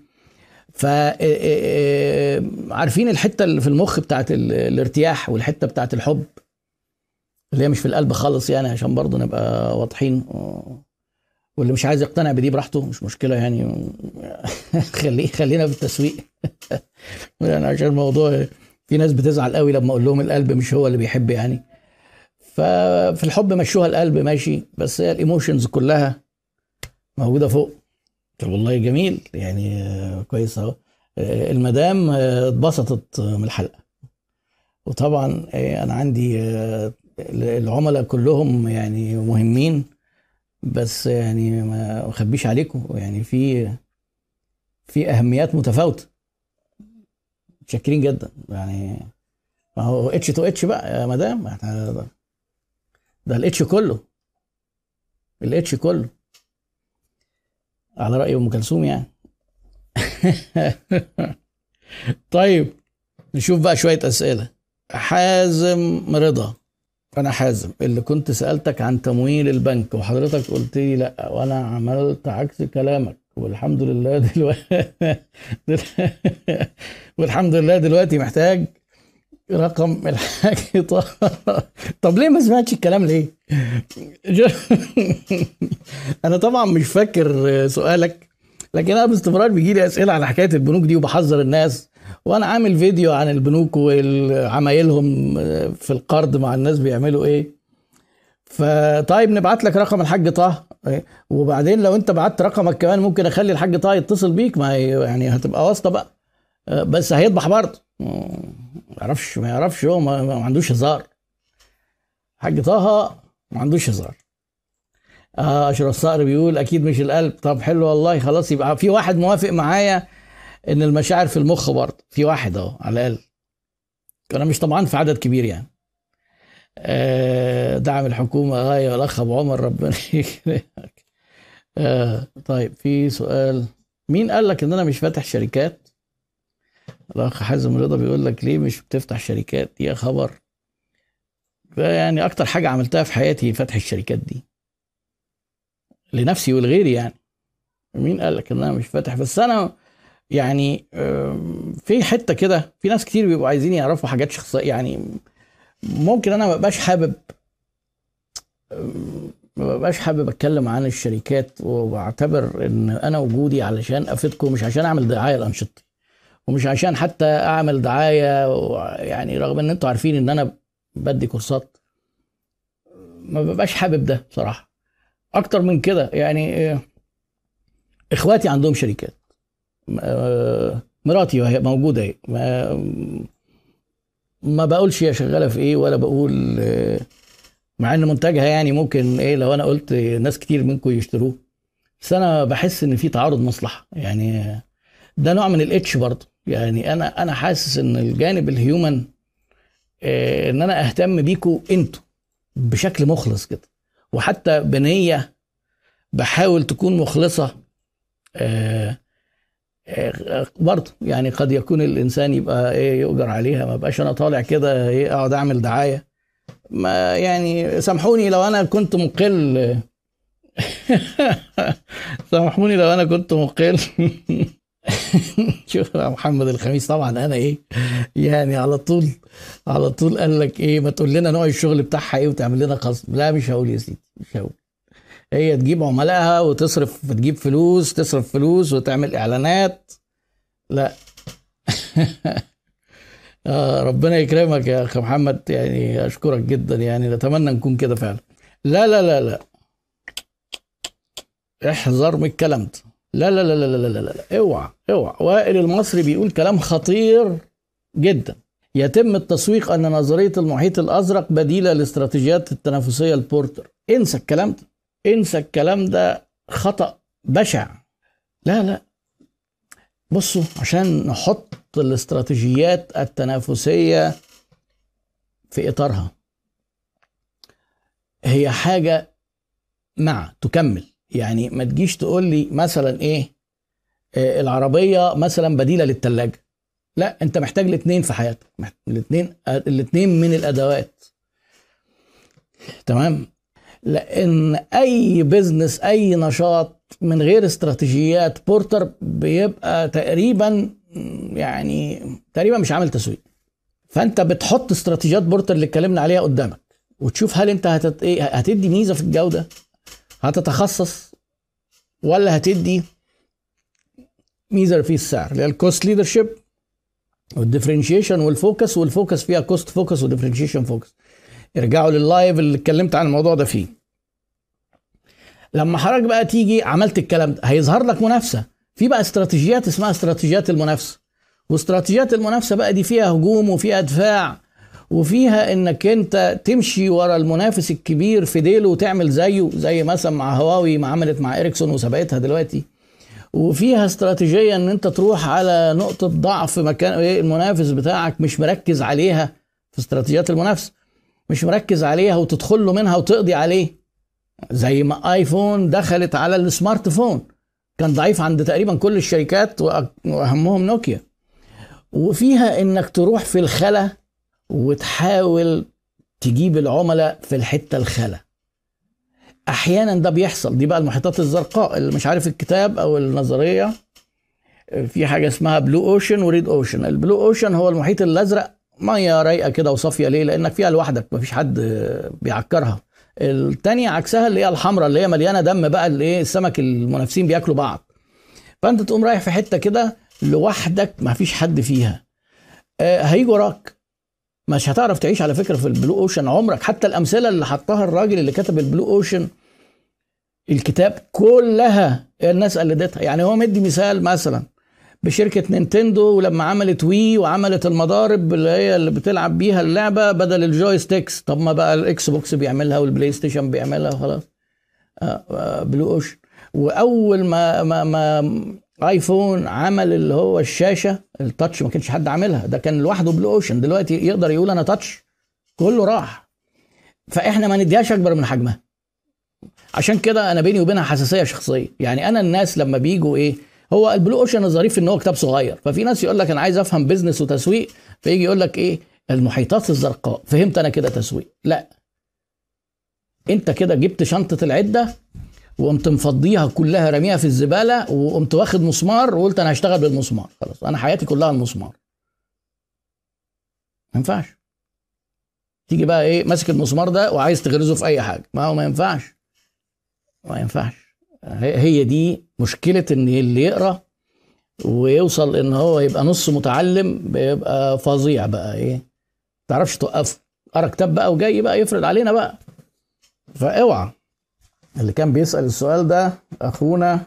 فعارفين الحتة اللي في المخ بتاعت الارتياح والحتة بتاعت الحب اللي هي مش في القلب خالص، يعني عشان برضو نبقى واضحين. واللي مش عايز يقتنع بدي براحته مش مشكلة يعني خليه خلينا في التسويق يعني عشان الموضوع في ناس بتزعل قوي لما اقول لهم القلب مش هو اللي بيحب يعني. ففي الحب مشوها القلب ماشي، بس هي الايموشنز كلها موجودة فوق. والله جميل يعني كويس اهو. المدام اتبسطت من الحلقة وطبعا آه، انا عندي آه، العملاء كلهم يعني مهمين، بس يعني ما اخبيش عليكم، يعني في في اهميات متفاوته. متشكرين جدا يعني. ما هو اتش تو اتش بقى يا مدام، احنا ده ده الاتش كله، الاتش كله على رأي ام كلثوم يعني. طيب نشوف بقى شوية أسئلة. حازم رضا: أنا حازم اللي كنت سألتك عن تمويل البنك وحضرتك قلت لي لأ، وأنا عملت عكس كلامك، والحمد لله دلوقتي والحمد لله دلوقتي محتاج رقم الحاج طه. طب ليه ما سمعتش الكلام ليه؟ انا طبعا مش فاكر سؤالك، لكن انا باستمرار بيجي لي اسئله على حكايه البنوك دي وبحذر الناس، وانا عامل فيديو عن البنوك وعمايلهم في القرض مع الناس بيعملوا ايه. فطيب نبعت لك رقم الحاج طه، وبعدين لو انت بعت رقمك كمان ممكن اخلي الحاج طه يتصل بيك، ما يعني هتبقى واسطه بقى، بس هيطبح برضه. ما يعرفش ما يعرفش هو ما, ما عندوش هزار. حاج طه ما عندوش هزار. اه اشرف الصقر بيقول اكيد مش القلب. طب حلو والله، خلاص يبقى في واحد موافق معايا ان المشاعر في المخ برضه، في واحد اهو على الاقل. انا مش طبعا في عدد كبير يعني. آه دعم الحكومه غايه والاخ ابو عمر ربنا يكرمك. آه طيب في سؤال: مين قال لك ان انا مش فاتح شركات؟ الاخ حازم رضا بيقول لك ليه مش بتفتح شركات؟ يا خبر، يعني اكتر حاجه عملتها في حياتي فتح الشركات دي لنفسي ولغيري يعني. مين قال لك ان انا مش فاتح؟ بس انا يعني في حته كده، في ناس كتير بيبقوا عايزين يعرفوا حاجات شخصيه يعني. ممكن انا ما بقاش حابب ما بقاش حابب اتكلم عن الشركات، وبعتبر ان انا وجودي علشان افيدكم، مش عشان اعمل دعايه لانشطتي، ومش عشان حتى اعمل دعايه يعني، رغم ان انتوا عارفين ان انا بدي كورسات. ما ببقاش حابب ده بصراحه. اكتر من كده يعني، اخواتي عندهم شركات، مراتي وهي موجوده اهي، ما, ما بقولش هي شغاله في ايه، ولا بقول مع ان منتجها يعني ممكن ايه لو انا قلت ناس كتير منكم يشتروه، بس انا بحس ان في تعارض مصلحه يعني. ده نوع من الاتش برضه يعني. انا انا حاسس ان الجانب الهيومن، ان انا اهتم بيكم انتوا بشكل مخلص كده، وحتى بنيه بحاول تكون مخلصه. آه آه برضه يعني قد يكون الانسان يبقى ايه يؤجر عليها، ما بقاش انا طالع كده ايه اقعد اعمل دعايه. ما يعني سامحوني لو انا كنت مقل. سامحوني لو انا كنت مقل. شوف يا محمد الخميس، طبعا انا ايه يعني على طول على طول قال لك ايه ما تقول لنا نوع الشغل بتاعها ايه وتعمل لنا خصم. لا مش هقول يا سيدي، مش هقول. هي تجيب عملائها وتصرف، تجيب فلوس، تصرف فلوس وتعمل اعلانات. لا. آه ربنا يكرمك يا اخي محمد، يعني اشكرك جدا، يعني نتمنى نكون كده فعلا. لا لا لا لا احذر من الكلام ده. لا لا لا لا لا لا لا لا اوعى اوعى. وائل المصري بيقول كلام خطير جدا: يتم التسويق ان نظريه المحيط الازرق بديله لاستراتيجيات التنافسيه البورتر. انسى الكلام ده، انسى الكلام ده، خطأ بشع. لا لا بصوا، عشان نحط الاستراتيجيات التنافسيه في اطارها، هي حاجه مع تكمل يعني. ما تجيش تقول لي مثلا ايه آه العربيه مثلا بديله للثلاجه. لا، انت محتاج الاثنين في حياتك، الاثنين الاثنين من الادوات. تمام. لان اي بزنس، اي نشاط من غير استراتيجيات بورتر بيبقى تقريبا يعني تقريبا مش عامل تسويق. فانت بتحط استراتيجيات بورتر اللي اتكلمنا عليها قدامك، وتشوف هل انت هتت... ايه هتدي ميزه في الجوده، هتتخصص، ولا هتدي ميزه في السعر اللي هي الكوست ليدرشيب والديفرنشيشن والفوكس. والفوكس فيها كوست فوكس وديفرنشيشن فوكس. ارجعوا لللايف اللي اتكلمت عن الموضوع ده فيه. لما حضرتك بقى تيجي عملت الكلام ده، هيظهر لك منافسه في بقى استراتيجيات اسمها استراتيجيات المنافسه. واستراتيجيات المنافسه بقى دي فيها هجوم وفيها دفاع، وفيها انك انت تمشي ورا المنافس الكبير في ديله وتعمل زيه، زي مثلا مع هواوي ما عملت مع اريكسون وسبقتها دلوقتي. وفيها استراتيجية ان انت تروح على نقطة ضعف مكان المنافس بتاعك، مش مركز عليها في استراتيجيات المنافسة، مش مركز عليها وتدخل له منها وتقضي عليه. زي ما ايفون دخلت على السمارت فون، كان ضعيف عند تقريبا كل الشركات واهمهم نوكيا. وفيها انك تروح في الخلا وتحاول تجيب العملاء في الحتة الخلا. احيانا ده بيحصل، دي بقى المحيطات الزرقاء اللي مش عارف الكتاب او النظرية، في حاجة اسمها بلو اوشن وريد اوشن. البلو اوشن هو المحيط الازرق، مية رايقة كده وصافية. ليه؟ لانك فيها لوحدك، مفيش حد بيعكرها. التانية عكسها اللي هي الحمراء، اللي هي مليانة دم بقى، اللي ايه السمك المنافسين بياكلوا بعض. فانت تقوم رايح في حتة كده لوحدك مفيش حد فيها، آه هيجي وراك. مش هتعرف تعيش على فكرة في البلو اوشن عمرك. حتى الامثلة اللي حطها الراجل اللي كتب البلو اوشن الكتاب كلها الناس قلدتها. يعني هو مدي مثال مثلا بشركة نينتندو، ولما عملت وي وعملت المضارب اللي هي اللي بتلعب بيها اللعبة بدل الجويستيكس. طب ما بقى الاكس بوكس بيعملها والبلاي ستيشن بيعملها خلاص. آه آه بلو اوشن. واول ما ما ما ايفون عمل اللي هو الشاشة التاتش، ما كانش حد عاملها، ده كان لوحده بلو اوشن. دلوقتي يقدر يقول انا تاتش، كله راح. فاحنا ما نديهاش اكبر من حجمها. عشان كده انا بيني وبينها حساسية شخصية. يعني انا الناس لما بيجوا ايه، هو البلو اوشن الظريف ان هو كتاب صغير، ففي ناس يقول لك انا عايز افهم بيزنس وتسويق، فيجي يقول لك ايه المحيطات الزرقاء، فهمت انا كده تسويق. لا، انت كده جبت شنطة العدة وقمت مفضيها كلها رميها في الزبالة، وقمت واخد مسمار وقلت انا هشتغل بالمسمار، خلاص انا حياتي كلها المسمار. ما ينفعش تيجي بقى ايه ماسك المسمار ده وعايز تغرزه في اي حاجة، ما هو ما ينفعش، ما ينفعش. هي دي مشكلة ان اللي يقرأ ويوصل ان هو يبقى نص متعلم بيبقى فظيع بقى، ايه تعرفش توقفه. قرا كتاب بقى وجاي بقى يفرض علينا بقى. فاوعى. اللي كان بيسأل السؤال ده اخونا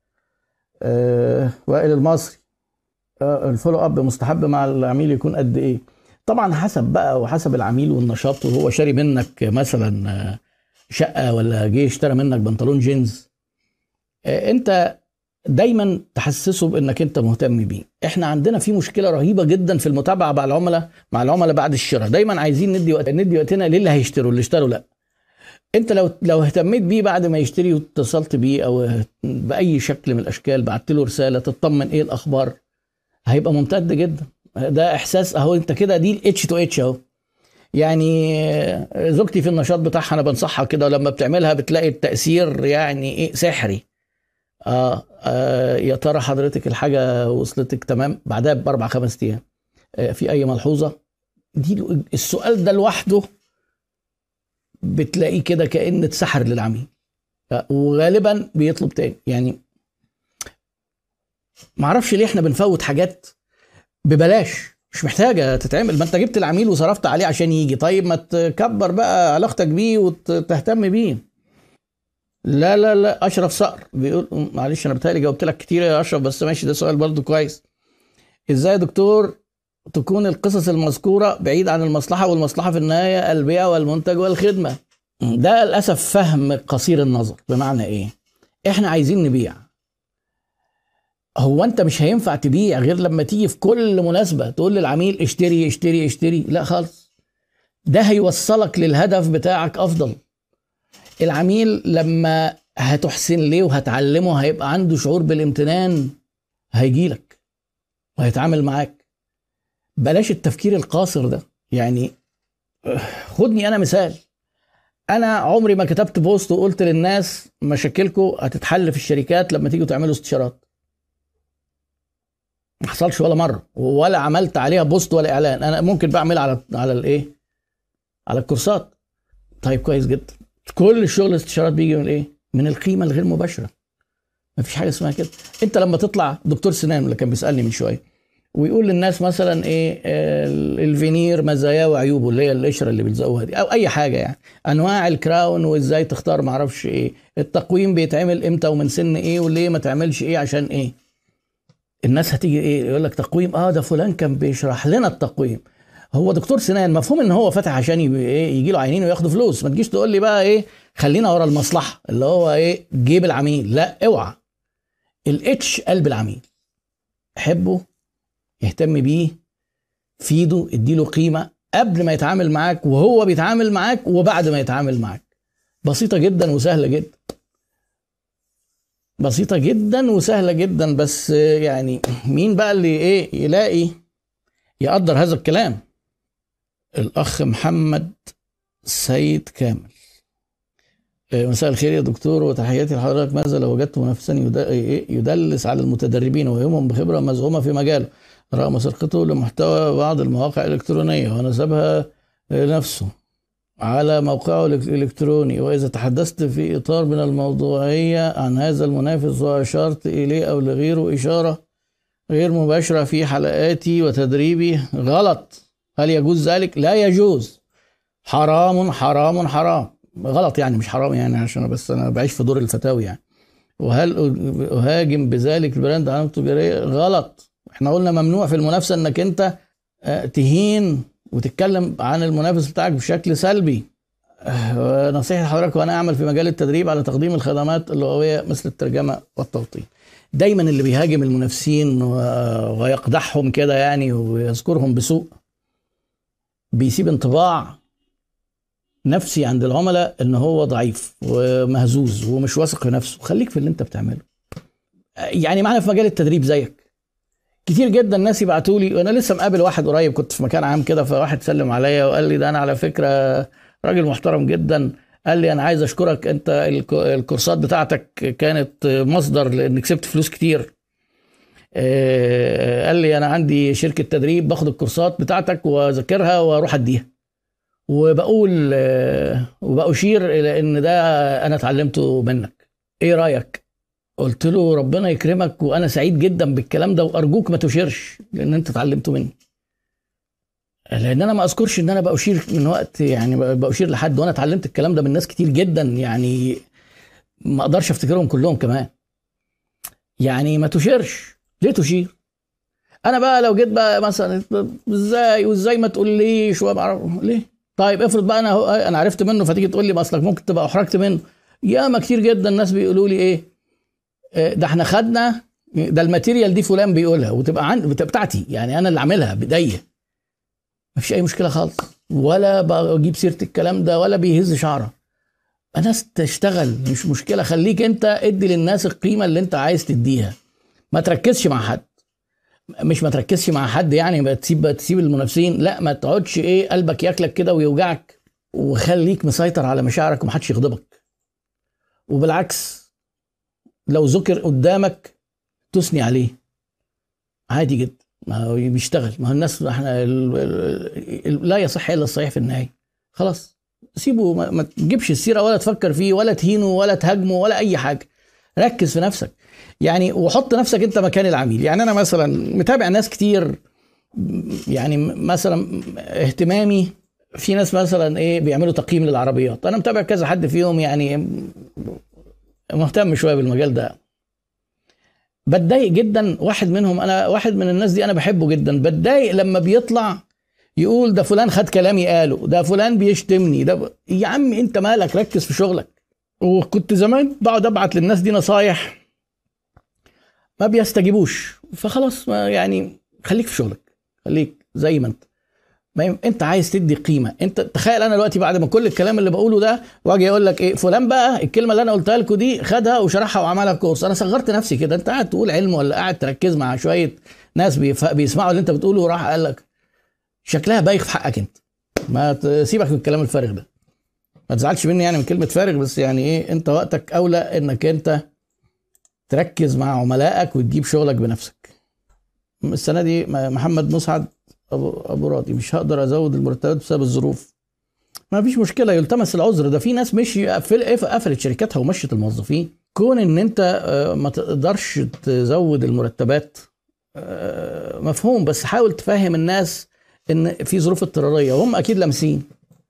آه وائل المصري، آه الفولو اب مستحب مع العميل يكون قد ايه؟ طبعا حسب بقى، وحسب العميل والنشاط. وهو شاري منك مثلا شقة ولا جه اشترى منك بنطلون جينز، آه انت دايما تحسسه بانك انت مهتم بيه. احنا عندنا في مشكله رهيبه جدا في المتابعه مع العملاء مع العملاء بعد الشراء. دايما عايزين ندي وقت ندي وقتنا للي هيشتروا، اللي اشتروا لا. انت لو لو اهتميت بيه بعد ما يشتري واتصلت بيه او باي شكل من الاشكال، بعت له رساله تطمن ايه الاخبار، هيبقى ممتد جدا. ده احساس اهو، انت كده دي الاتش تو اتش اهو. يعني زوجتي في النشاط بتاعها انا بنصحها كده، ولما بتعملها بتلاقي التاثير يعني ايه سحري. آه, اه يا ترى حضرتك الحاجة وصلتك تمام بعدها باربع خمس ايام، آه في اي ملحوظة؟ دي السؤال ده لوحده بتلاقيه كده كأن اتسحر للعميل، آه وغالبا بيطلب تاني. يعني معرفش ليه احنا بنفوت حاجات ببلاش مش محتاجة تتعمل. ما انت جبت العميل وصرفت عليه عشان يجي، طيب ما تكبر بقى علاقتك بيه وتهتم بيه. لا لا لا اشرف صقر بيقول، معلش انا بتهيألي جاوبت لك كتير يا اشرف، بس ماشي ده سؤال برضو كويس. ازاي يا دكتور تكون القصص المذكوره بعيد عن المصلحه، والمصلحه في النهايه البيع والمنتج والخدمه؟ ده للاسف فهم قصير النظر. بمعنى ايه؟ احنا عايزين نبيع. هو انت مش هينفع تبيع غير لما تيجي في كل مناسبه تقول للعميل اشتري اشتري اشتري؟ لا خالص. ده هيوصلك للهدف بتاعك افضل. العميل لما هتحسن ليه وهتعلمه هيبقى عنده شعور بالامتنان، هيجيلك وهيتعامل معاك. بلاش التفكير القاصر ده. يعني خدني انا مثال، انا عمري ما كتبت بوست وقلت للناس مشاكلكم هتتحل في الشركات لما تيجوا تعملوا استشارات. ما حصلش ولا مره، ولا عملت عليها بوست ولا اعلان. انا ممكن بعمل على على الايه على الكورسات. طيب كويس جدا. كل الشغل الاستشارات بيجي من ايه؟ من القيمه الغير مباشره. مفيش حاجه اسمها كده. انت لما تطلع دكتور سنان اللي كان بيسالني من شويه ويقول للناس مثلا ايه الفينير مزاياه وعيوبه، اللي هي القشره اللي بيلزقوها دي، او اي حاجه، يعني انواع الكراون وازاي تختار معرفش ايه، التقويم بيتعمل امتى ومن سن ايه، وليه ما تعملش ايه عشان ايه. الناس هتيجي ايه يقول لك تقويم، اه ده فلان كان بيشرح لنا التقويم. هو دكتور سنان، مفهوم ان هو فاتح عشان يجي له عيانين وياخدوا فلوس. ما تجيش تقول لي بقى ايه خلينا ورا المصلحه اللي هو ايه جيب العميل، لا اوعى. الاتش قلب العميل، حبه، اهتم بيه، فيده، اديله قيمه قبل ما يتعامل معاك وهو بيتعامل معاك وبعد ما يتعامل معاك. بسيطه جدا وسهله جدا، بسيطه جدا وسهله جدا. بس يعني مين بقى اللي ايه يلاقي يقدر هذا الكلام؟ الاخ محمد سيد كامل. مساء الخير يا دكتور وتحياتي لحضرتك. ماذا لو وجدت منافسا يدلس على المتدربين ويهمهم بخبره مزعومه في مجاله رغم سرقته لمحتوى بعض المواقع الالكترونيه ونسبها نفسه على موقعه الالكتروني، واذا تحدثت في اطار من الموضوعيه عن هذا المنافس واشرت اليه او لغيره اشاره غير مباشره في حلقاتي وتدريبي غلط، هل يجوز ذلك؟ لا يجوز، حرام حرام حرام. غلط يعني مش حرام يعني عشان بس انا بعيش في دور الفتاوي يعني. وهل اهاجم بذلك البراند علامه تجاريه؟ غلط. احنا قلنا ممنوع في المنافسه انك انت تهين وتتكلم عن المنافس بتاعك بشكل سلبي. نصيحه حضرتك وانا اعمل في مجال التدريب على تقديم الخدمات اللغويه مثل الترجمه والتوطين. دايما اللي بيهاجم المنافسين ويقدحهم كده يعني ويذكرهم بسوء بيسيب انطباع نفسي عند العملاء ان هو ضعيف ومهزوز ومش واثق في نفسه. خليك في اللي انت بتعمله. يعني معنا في مجال التدريب زيك كتير جدا ناس يبعتوا لي، وانا لسه مقابل واحد قريب كنت في مكان عام كده، فواحد سلم عليا وقال لي ده انا على فكره راجل محترم جدا، قال لي انا عايز اشكرك انت الكورسات بتاعتك كانت مصدر لان كسبت فلوس كتير. قال لي انا عندي شركه تدريب باخد الكورسات بتاعتك واذاكرها واروح اديها وبقول وبأشير الى ان ده انا اتعلمته منك، ايه رايك؟ قلت له ربنا يكرمك وانا سعيد جدا بالكلام ده، وارجوك ما تشيرش لان انت اتعلمته مني، لان انا ما اذكرش ان انا بأشير من وقت يعني بأشير لحد، وانا اتعلمت الكلام ده من ناس كتير جدا يعني ما اقدرش افتكرهم كلهم كمان. يعني ما تشيرش. ليه تشير؟ انا بقى لو جيت بقى مثلا ازاي وازاي ما تقوليش وابقى ليه؟ طيب افرض بقى انا انا عرفت منه فتيجي تقول لي ما اصلك ممكن تبقى احرجت منه. ياما كتير جدا الناس بيقولوا لي ايه ده احنا خدنا ده الماتيريال دي فلان بيقولها وتبقى عن بتاعتي يعني انا اللي عاملها بايديا، مفيش اي مشكله خالص، ولا بجيب سيره الكلام ده ولا بيهز شعره. الناس تشتغل مش مشكله، خليك انت ادي للناس القيمه اللي انت عايز تديها، ما تركزش مع حد. مش ما تركزش مع حد يعني تسيب تسيب المنافسين، لا ما تقعدش ايه قلبك ياكلك كده ويوجعك، وخليك مسيطر على مشاعرك ومحدش يغضبك. وبالعكس لو ذكر قدامك تثني عليه عادي جدا، ما هو بيشتغل، ما هو الناس احنا لا يصح الا الصحيح في النهايه. خلاص سيبه، ما تجيبش السيره ولا تفكر فيه ولا تهينه ولا تهاجمه ولا اي حاجه. ركز في نفسك يعني، وحط نفسك انت مكان العميل. يعني انا مثلا متابع ناس كتير، يعني مثلا اهتمامي في ناس مثلا ايه بيعملوا تقييم للعربيات، انا متابع كذا حد فيهم يعني مهتم شويه بالمجال ده. بتضايق جدا واحد منهم، انا واحد من الناس دي انا بحبه جدا، بتضايق لما بيطلع يقول ده فلان خد كلامي قاله، ده فلان بيشتمني، ده ب... يا عم انت مالك، ركز في شغلك. وكنت زمان بقعد ابعت للناس دي نصايح ما بيستجيبوش، فخلاص ما يعني خليك في شغلك، خليك زي ما انت ما انت عايز تدي قيمه. انت تخيل انا دلوقتي بعد ما كل الكلام اللي بقوله ده واجي اقول لك ايه فلان بقى الكلمه اللي انا قلتها لكم دي خدها وشرحها وعملها كورس، انا صغرت نفسي كده. انت قاعد تقول علم ولا قاعد تركز مع شويه ناس بيسمعوا اللي انت بتقوله وراح قال لك شكلها بايخ في حقك انت. ما تسيبك من الكلام الفارغ ده، ما تزعلش مني يعني من كلمه فارغ، بس يعني ايه انت وقتك اولى انك انت تركز مع عملائك وتجيب شغلك بنفسك. السنه دي محمد مسعد ابو ابو راضي مش هقدر ازود المرتبات بسبب الظروف. ما فيش مشكله، يلتمس العذر. ده في ناس مش قفلت شركاتها ومشت الموظفين. كون ان انت ما تقدرش تزود المرتبات مفهوم، بس حاول تفهم الناس ان في ظروف اضطراريه وهم اكيد لامسين.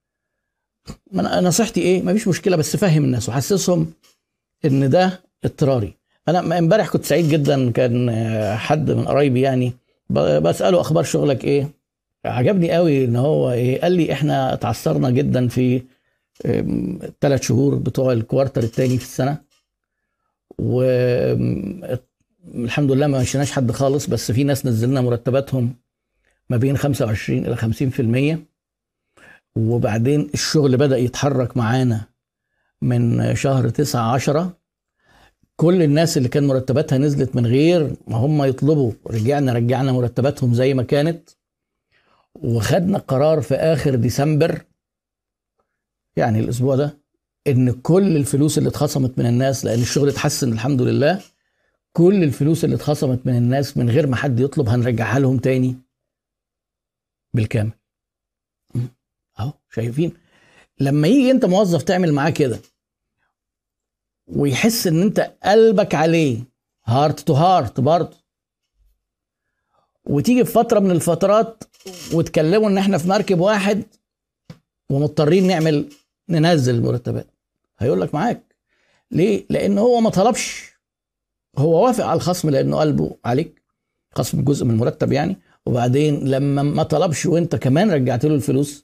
نصيحتي ايه؟ ما فيش مشكله، بس فهم الناس وحسسهم ان ده اضطراري. انا امبارح كنت سعيد جدا، كان حد من قرايبي يعني بساله اخبار شغلك ايه، عجبني قوي ان هو ايه قال لي احنا اتعثرنا جدا في الثلاث شهور بتوع الكوارتر الثاني في السنه، والحمد لله ما مشيناش حد خالص، بس في ناس نزلنا مرتباتهم ما بين خمسة وعشرين الى خمسين في المية، وبعدين الشغل بدأ يتحرك معانا من شهر تسعة عشرة. كل الناس اللي كان مرتباتها نزلت من غير ما هم يطلبوا رجعنا رجعنا مرتباتهم زي ما كانت. وخدنا قرار في آخر ديسمبر يعني الأسبوع ده إن كل الفلوس اللي اتخصمت من الناس، لأن الشغل اتحسن الحمد لله، كل الفلوس اللي اتخصمت من الناس من غير ما حد يطلب هنرجعها لهم تاني بالكامل. اهو شايفين لما يجي انت موظف تعمل معاه كده ويحس ان انت قلبك عليه هارت تو هارت برضه، وتيجي في فترة من الفترات وتكلموا ان احنا في مركب واحد ومضطرين نعمل ننزل المرتبات، هيقول لك معاك. ليه؟ لان هو ما طلبش، هو وافق على الخصم لانه قلبه عليك، خصم جزء من المرتب يعني، وبعدين لما ما طلبش وانت كمان رجعت له الفلوس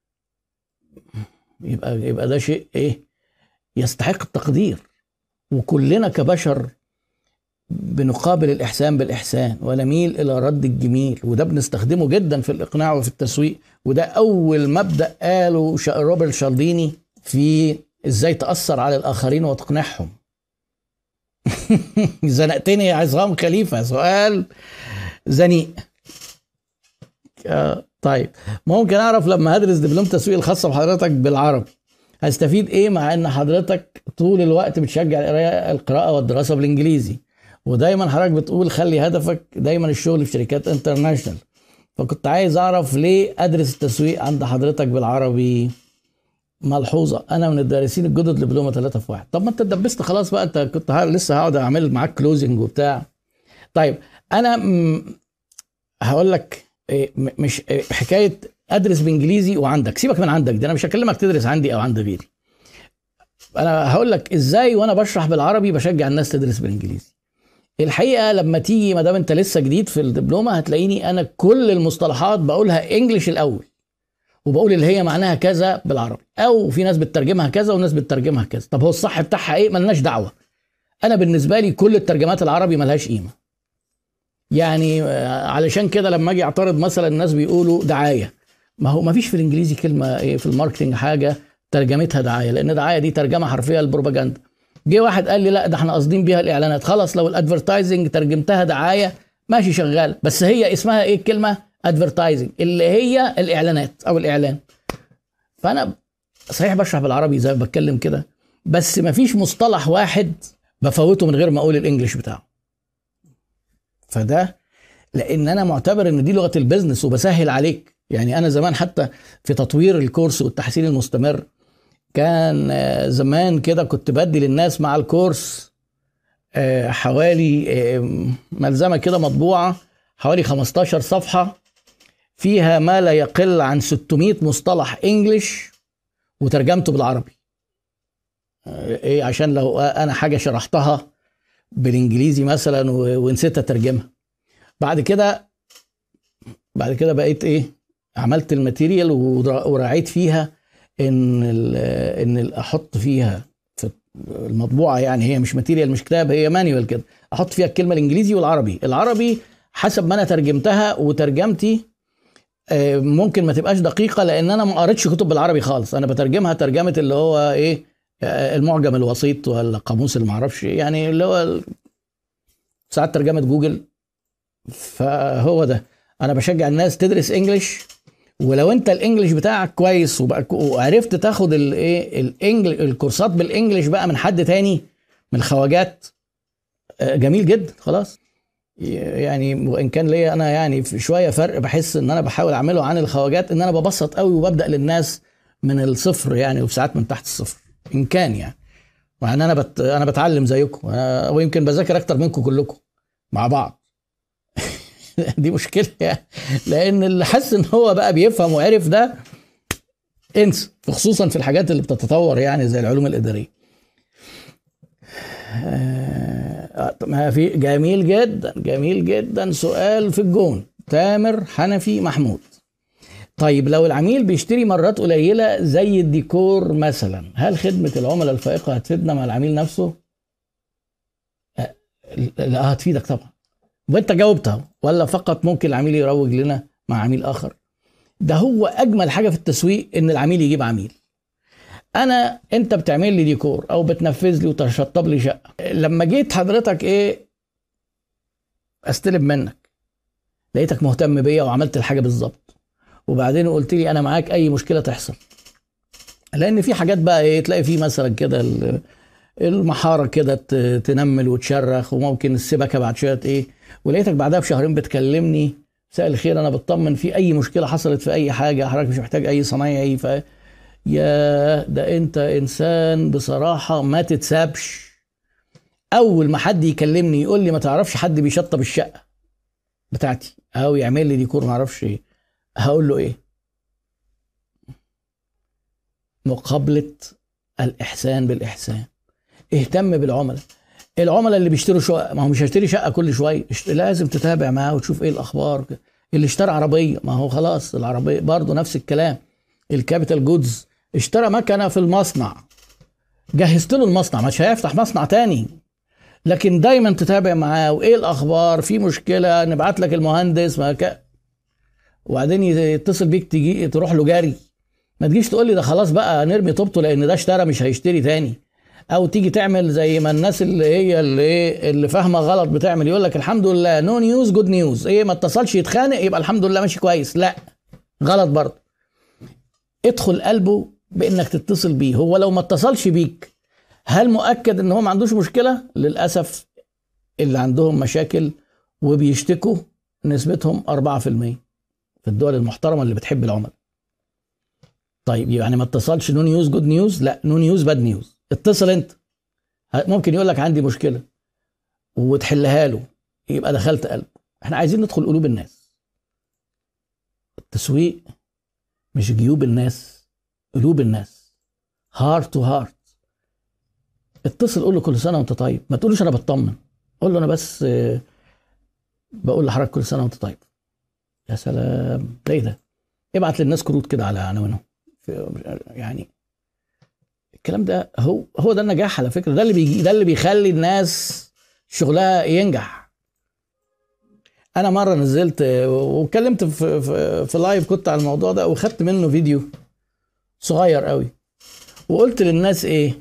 يبقى يبقى ده شيء ايه يستحق التقدير. وكلنا كبشر بنقابل الإحسان بالإحسان ونميل إلى رد الجميل، وده بنستخدمه جدا في الإقناع وفي التسويق، وده أول مبدأ قاله روبرت شالديني في إزاي تأثر على الآخرين وتقنعهم. زنقتني يا عصام خليفة، سؤال زنيق. آه طيب، ممكن أعرف لما هدرس دبلوم تسويق الخاصة بحضرتك بالعربي هستفيد إيه، مع إن حضرتك طول الوقت بتشجع القراءة القراءة والدراسة بالإنجليزي، ودايما حضرتك بتقول خلي هدفك دايما الشغل في شركات انترناشنال، فكنت عايز اعرف ليه ادرس التسويق عند حضرتك بالعربي. ملحوظه، انا من الدارسين الجدد دبلومه ثلاثة في واحد. طب ما انت اتدبست خلاص بقى، انت كنت لسه هقعد اعمل معاك كلوزنج وبتاع. طيب انا هقول لك إيه، مش إيه حكايه ادرس بانجليزي وعندك، سيبك من عندك دي، انا مش هكلمك تدرس عندي او عند غيري. انا هقول لك ازاي وانا بشرح بالعربي بشجع الناس تدرس بالانجليزي. الحقيقه لما تيجي ما دام انت لسه جديد في الدبلومه هتلاقيني انا كل المصطلحات بقولها انجليش الاول، وبقول اللي هي معناها كذا بالعربي، او في ناس بتترجمها كذا وناس بتترجمها كذا. طب هو الصح بتاعها ايه؟ ملناش دعوه. انا بالنسبه لي كل الترجمات العربي ملهاش قيمه. يعني علشان كده لما اجي اعترض مثلا الناس بيقولوا دعايه، ما هو ما فيش في الانجليزي كلمه ايه في الماركتنج حاجه ترجمتها دعايه، لان دعايه دي ترجمه حرفيه للبروباجندا. جه واحد قال لي لا ده احنا قاصدين بيها الاعلانات، خلاص لو الادفرتايزنج ترجمتها دعايه ماشي شغال، بس هي اسمها ايه الكلمه؟ ادفرتايزنج، اللي هي الاعلانات او الاعلان. فانا صحيح بشرح بالعربي زي ما بتكلم كده، بس ما فيش مصطلح واحد بفوته من غير ما اقول الانجليش بتاعه. فده لان انا معتبر ان دي لغه البيزنس وبسهل عليك. يعني انا زمان حتى في تطوير الكورس والتحسين المستمر كان زمان كده كنت بدي للناس مع الكورس حوالي ملزمة كده مطبوعة حوالي خمستاشر صفحة فيها ما لا يقل عن ستمائة مصطلح انجليش وترجمته بالعربي. ايه عشان لو انا حاجة شرحتها بالانجليزي مثلا ونسيت اترجمها. بعد كده بعد كده بقيت ايه عملت الماتيريال وراعيت فيها ان ان احط فيها في المطبوعه، يعني هي مش ماتيريال مش كتاب، هي مانيوال كده، احط فيها الكلمه الانجليزي والعربي. العربي حسب ما انا ترجمتها، وترجمتي ممكن ما تبقاش دقيقه لان انا ما قريتش كتب بالعربي خالص، انا بترجمها ترجمه اللي هو ايه المعجم الوسيط ولا قاموس اللي ما اعرفش، يعني اللي هو ساعات ترجمه جوجل. فهو ده انا بشجع الناس تدرس انجليش، ولو انت الانجليش بتاعك كويس وعرفت تاخد الايه الانجليش الكورسات بالانجليش بقى من حد تاني من الخواجات، جميل جدا خلاص. يعني وان كان ليا انا يعني في شويه فرق بحس ان انا بحاول اعمله عن الخواجات، ان انا ببسط قوي وببدا للناس من الصفر يعني، وفي ساعات من تحت الصفر ان كان يعني. يعني انا بت انا بتعلم زيكم، ويمكن بذاكر اكتر منكم كلكم مع بعض. دي مشكلة يعني، لأن اللي حس إن هو بقى بيفهم وعرف ده انسى، خصوصا في الحاجات اللي بتتطور يعني زي العلوم الإدارية. ما في جميل جدا جميل جدا. سؤال في الجون، تامر حنفي محمود طيب لو العميل بيشتري مرات قليله زي الديكور مثلا، هل خدمه العملاء الفائقه هتفيدنا مع العميل نفسه؟ لا هتفيدك طبعا، وانت جاوبتها. ولا فقط ممكن العميل يروج لنا مع عميل اخر؟ ده هو اجمل حاجه في التسويق، ان العميل يجيب عميل. انا انت بتعمل لي ديكور او بتنفذ لي وتشطب لي شقه، لما جيت حضرتك ايه استلم منك، لقيتك مهتم بيا وعملت الحاجه بالظبط، وبعدين قلت لي انا معاك اي مشكله تحصل. لان في حاجات بقى ايه، تلاقي في مثلا كده المحاره كده تنمل وتشرخ، وممكن السبكه بعد شويه ايه، ولقيتك بعدها بشهرين بتكلمني مساء الخير انا بطمن في اي مشكله حصلت في اي حاجه، حضرتك مش محتاج اي صنايعي. ف يا ده انت انسان بصراحه ما تتسابش. اول ما حد يكلمني يقول لي ما تعرفش حد بيشطب الشقه بتاعتي او يعمل لي ديكور ما اعرفش ايه، هقول له ايه؟ مقابله الاحسان بالاحسان. اهتم بالعملاء. العملاء اللي بيشتروا شقه، ما هو مش هيشتري شقه كل شويه، لازم تتابع معاه وتشوف ايه الاخبار. اللي اشترى عربيه، ما هو خلاص العربيه برضه نفس الكلام. الكابيتال جودز اشترى مكنه في المصنع، جهزت له المصنع، مش هيفتح مصنع تاني، لكن دايما تتابع معاه وايه الاخبار، في مشكله نبعت لك المهندس ما ك... وبعدين يتصل بيك تيجي تروح له جاري. ما تجيش تقول لي ده خلاص بقى نرمي طوبته لان ده اشترى مش هيشتري تاني. او تيجي تعمل زي ما الناس اللي هي اللي ايه اللي فاهمه غلط بتعمل، يقول لك الحمد لله نو نيوز جود نيوز، ايه ما اتصلش يتخانق يبقى الحمد لله ماشي كويس. لا، غلط برضه. ادخل قلبه بانك تتصل بيه. هو لو ما اتصلش بيك هل مؤكد ان هو ما عندوش مشكله؟ للاسف اللي عندهم مشاكل وبيشتكوا نسبتهم أربعة في المية في الدول المحترمه اللي بتحب العملاء. طيب يعني ما اتصلش نو نيوز جود نيوز؟ لا، نو نيوز باد نيوز. اتصل انت، ممكن يقول لك عندي مشكله وتحلها له، يبقى دخلت قلبه. احنا عايزين ندخل قلوب الناس. التسويق مش جيوب الناس، قلوب الناس، هارت تو هارت. اتصل قول له كل سنه وانت طيب، ما تقولوش انا بطمن، قول له انا بس بقول لحضرتك كل سنه وانت طيب. يا سلام، ده ايه ده؟ ابعت للناس كروت كده على عناوينهم، يعني الكلام ده هو هو ده النجاح على فكره. ده اللي بيجي، ده اللي بيخلي الناس شغلها ينجح. انا مره نزلت واتكلمت في في, في لايف كنت على الموضوع ده، وخدت منه فيديو صغير قوي، وقلت للناس ايه؟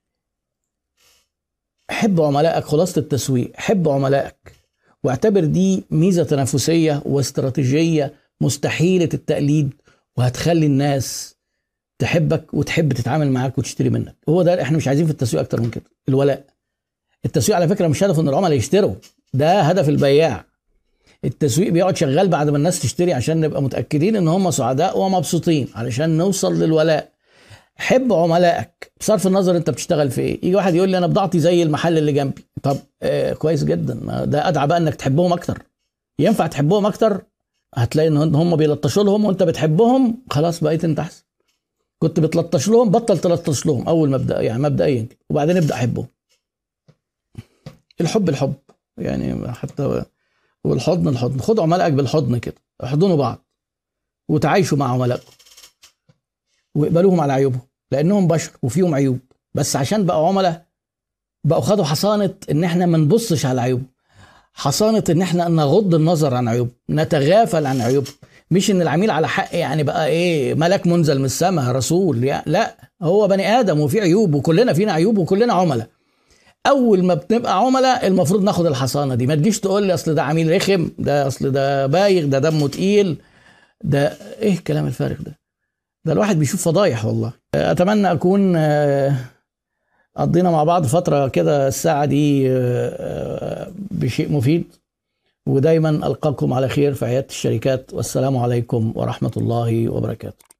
حب عملائك. خلاصه التسويق حب عملائك، واعتبر دي ميزه تنافسيه واستراتيجيه مستحيله التقليد، وهتخلي الناس تحبك وتحب تتعامل معاك وتشتري منك. هو ده احنا مش عايزين في التسويق اكتر من كده، الولاء. التسويق على فكره مش هدفه ان العملاء يشتروا، ده هدف البياع. التسويق بيقعد شغال بعد ما الناس تشتري عشان نبقى متاكدين ان هم سعداء ومبسوطين، علشان نوصل للولاء. حب عملائك بصرف النظر انت بتشتغل في ايه. يجي واحد يقول لي انا بضاعتي زي المحل اللي جنبي، طب آه كويس جدا، ده ادعى بقى انك تحبهم اكتر. ينفع تحبهم اكتر؟ هتلاقي ان هم بيلطشوا لهم وانت بتحبهم، خلاص بقيت انت احسن. كنت بتلطش لهم، بطل تلطش لهم اول مبدا، يعني مبدئيا، وبعدين ابدا حبهم. الحب الحب يعني، حتى والحضن الحضن. خد عملائك بالحضن كده، احضنوا بعض وتعايشوا مع عملائكم واقبلوهم على عيوبهم، لانهم بشر وفيهم عيوب، بس عشان بقوا عملاء بقوا خدوا حصانه ان احنا ما نبصش على عيوبهم، حصانه ان احنا نغض النظر عن عيوبهم، نتغافل عن عيوبهم. مش ان العميل على حق يعني بقى ايه ملك منزل من السماء رسول، يعني لا، هو بني ادم وفي عيوب، وكلنا فينا عيوب، وكلنا عملاء. اول ما بنبقى عملاء المفروض ناخد الحصانه دي. ما تجيش تقول لي اصل ده عميل رخم، ده اصل ده بايغ، ده دمه تقيل، ده ايه الكلام الفارغ ده؟ ده الواحد بيشوف فضايح والله. اتمنى اكون قضينا مع بعض فتره كده الساعه دي بشيء مفيد، ودايما القاكم على خير في عياده الشركات، والسلام عليكم ورحمه الله وبركاته.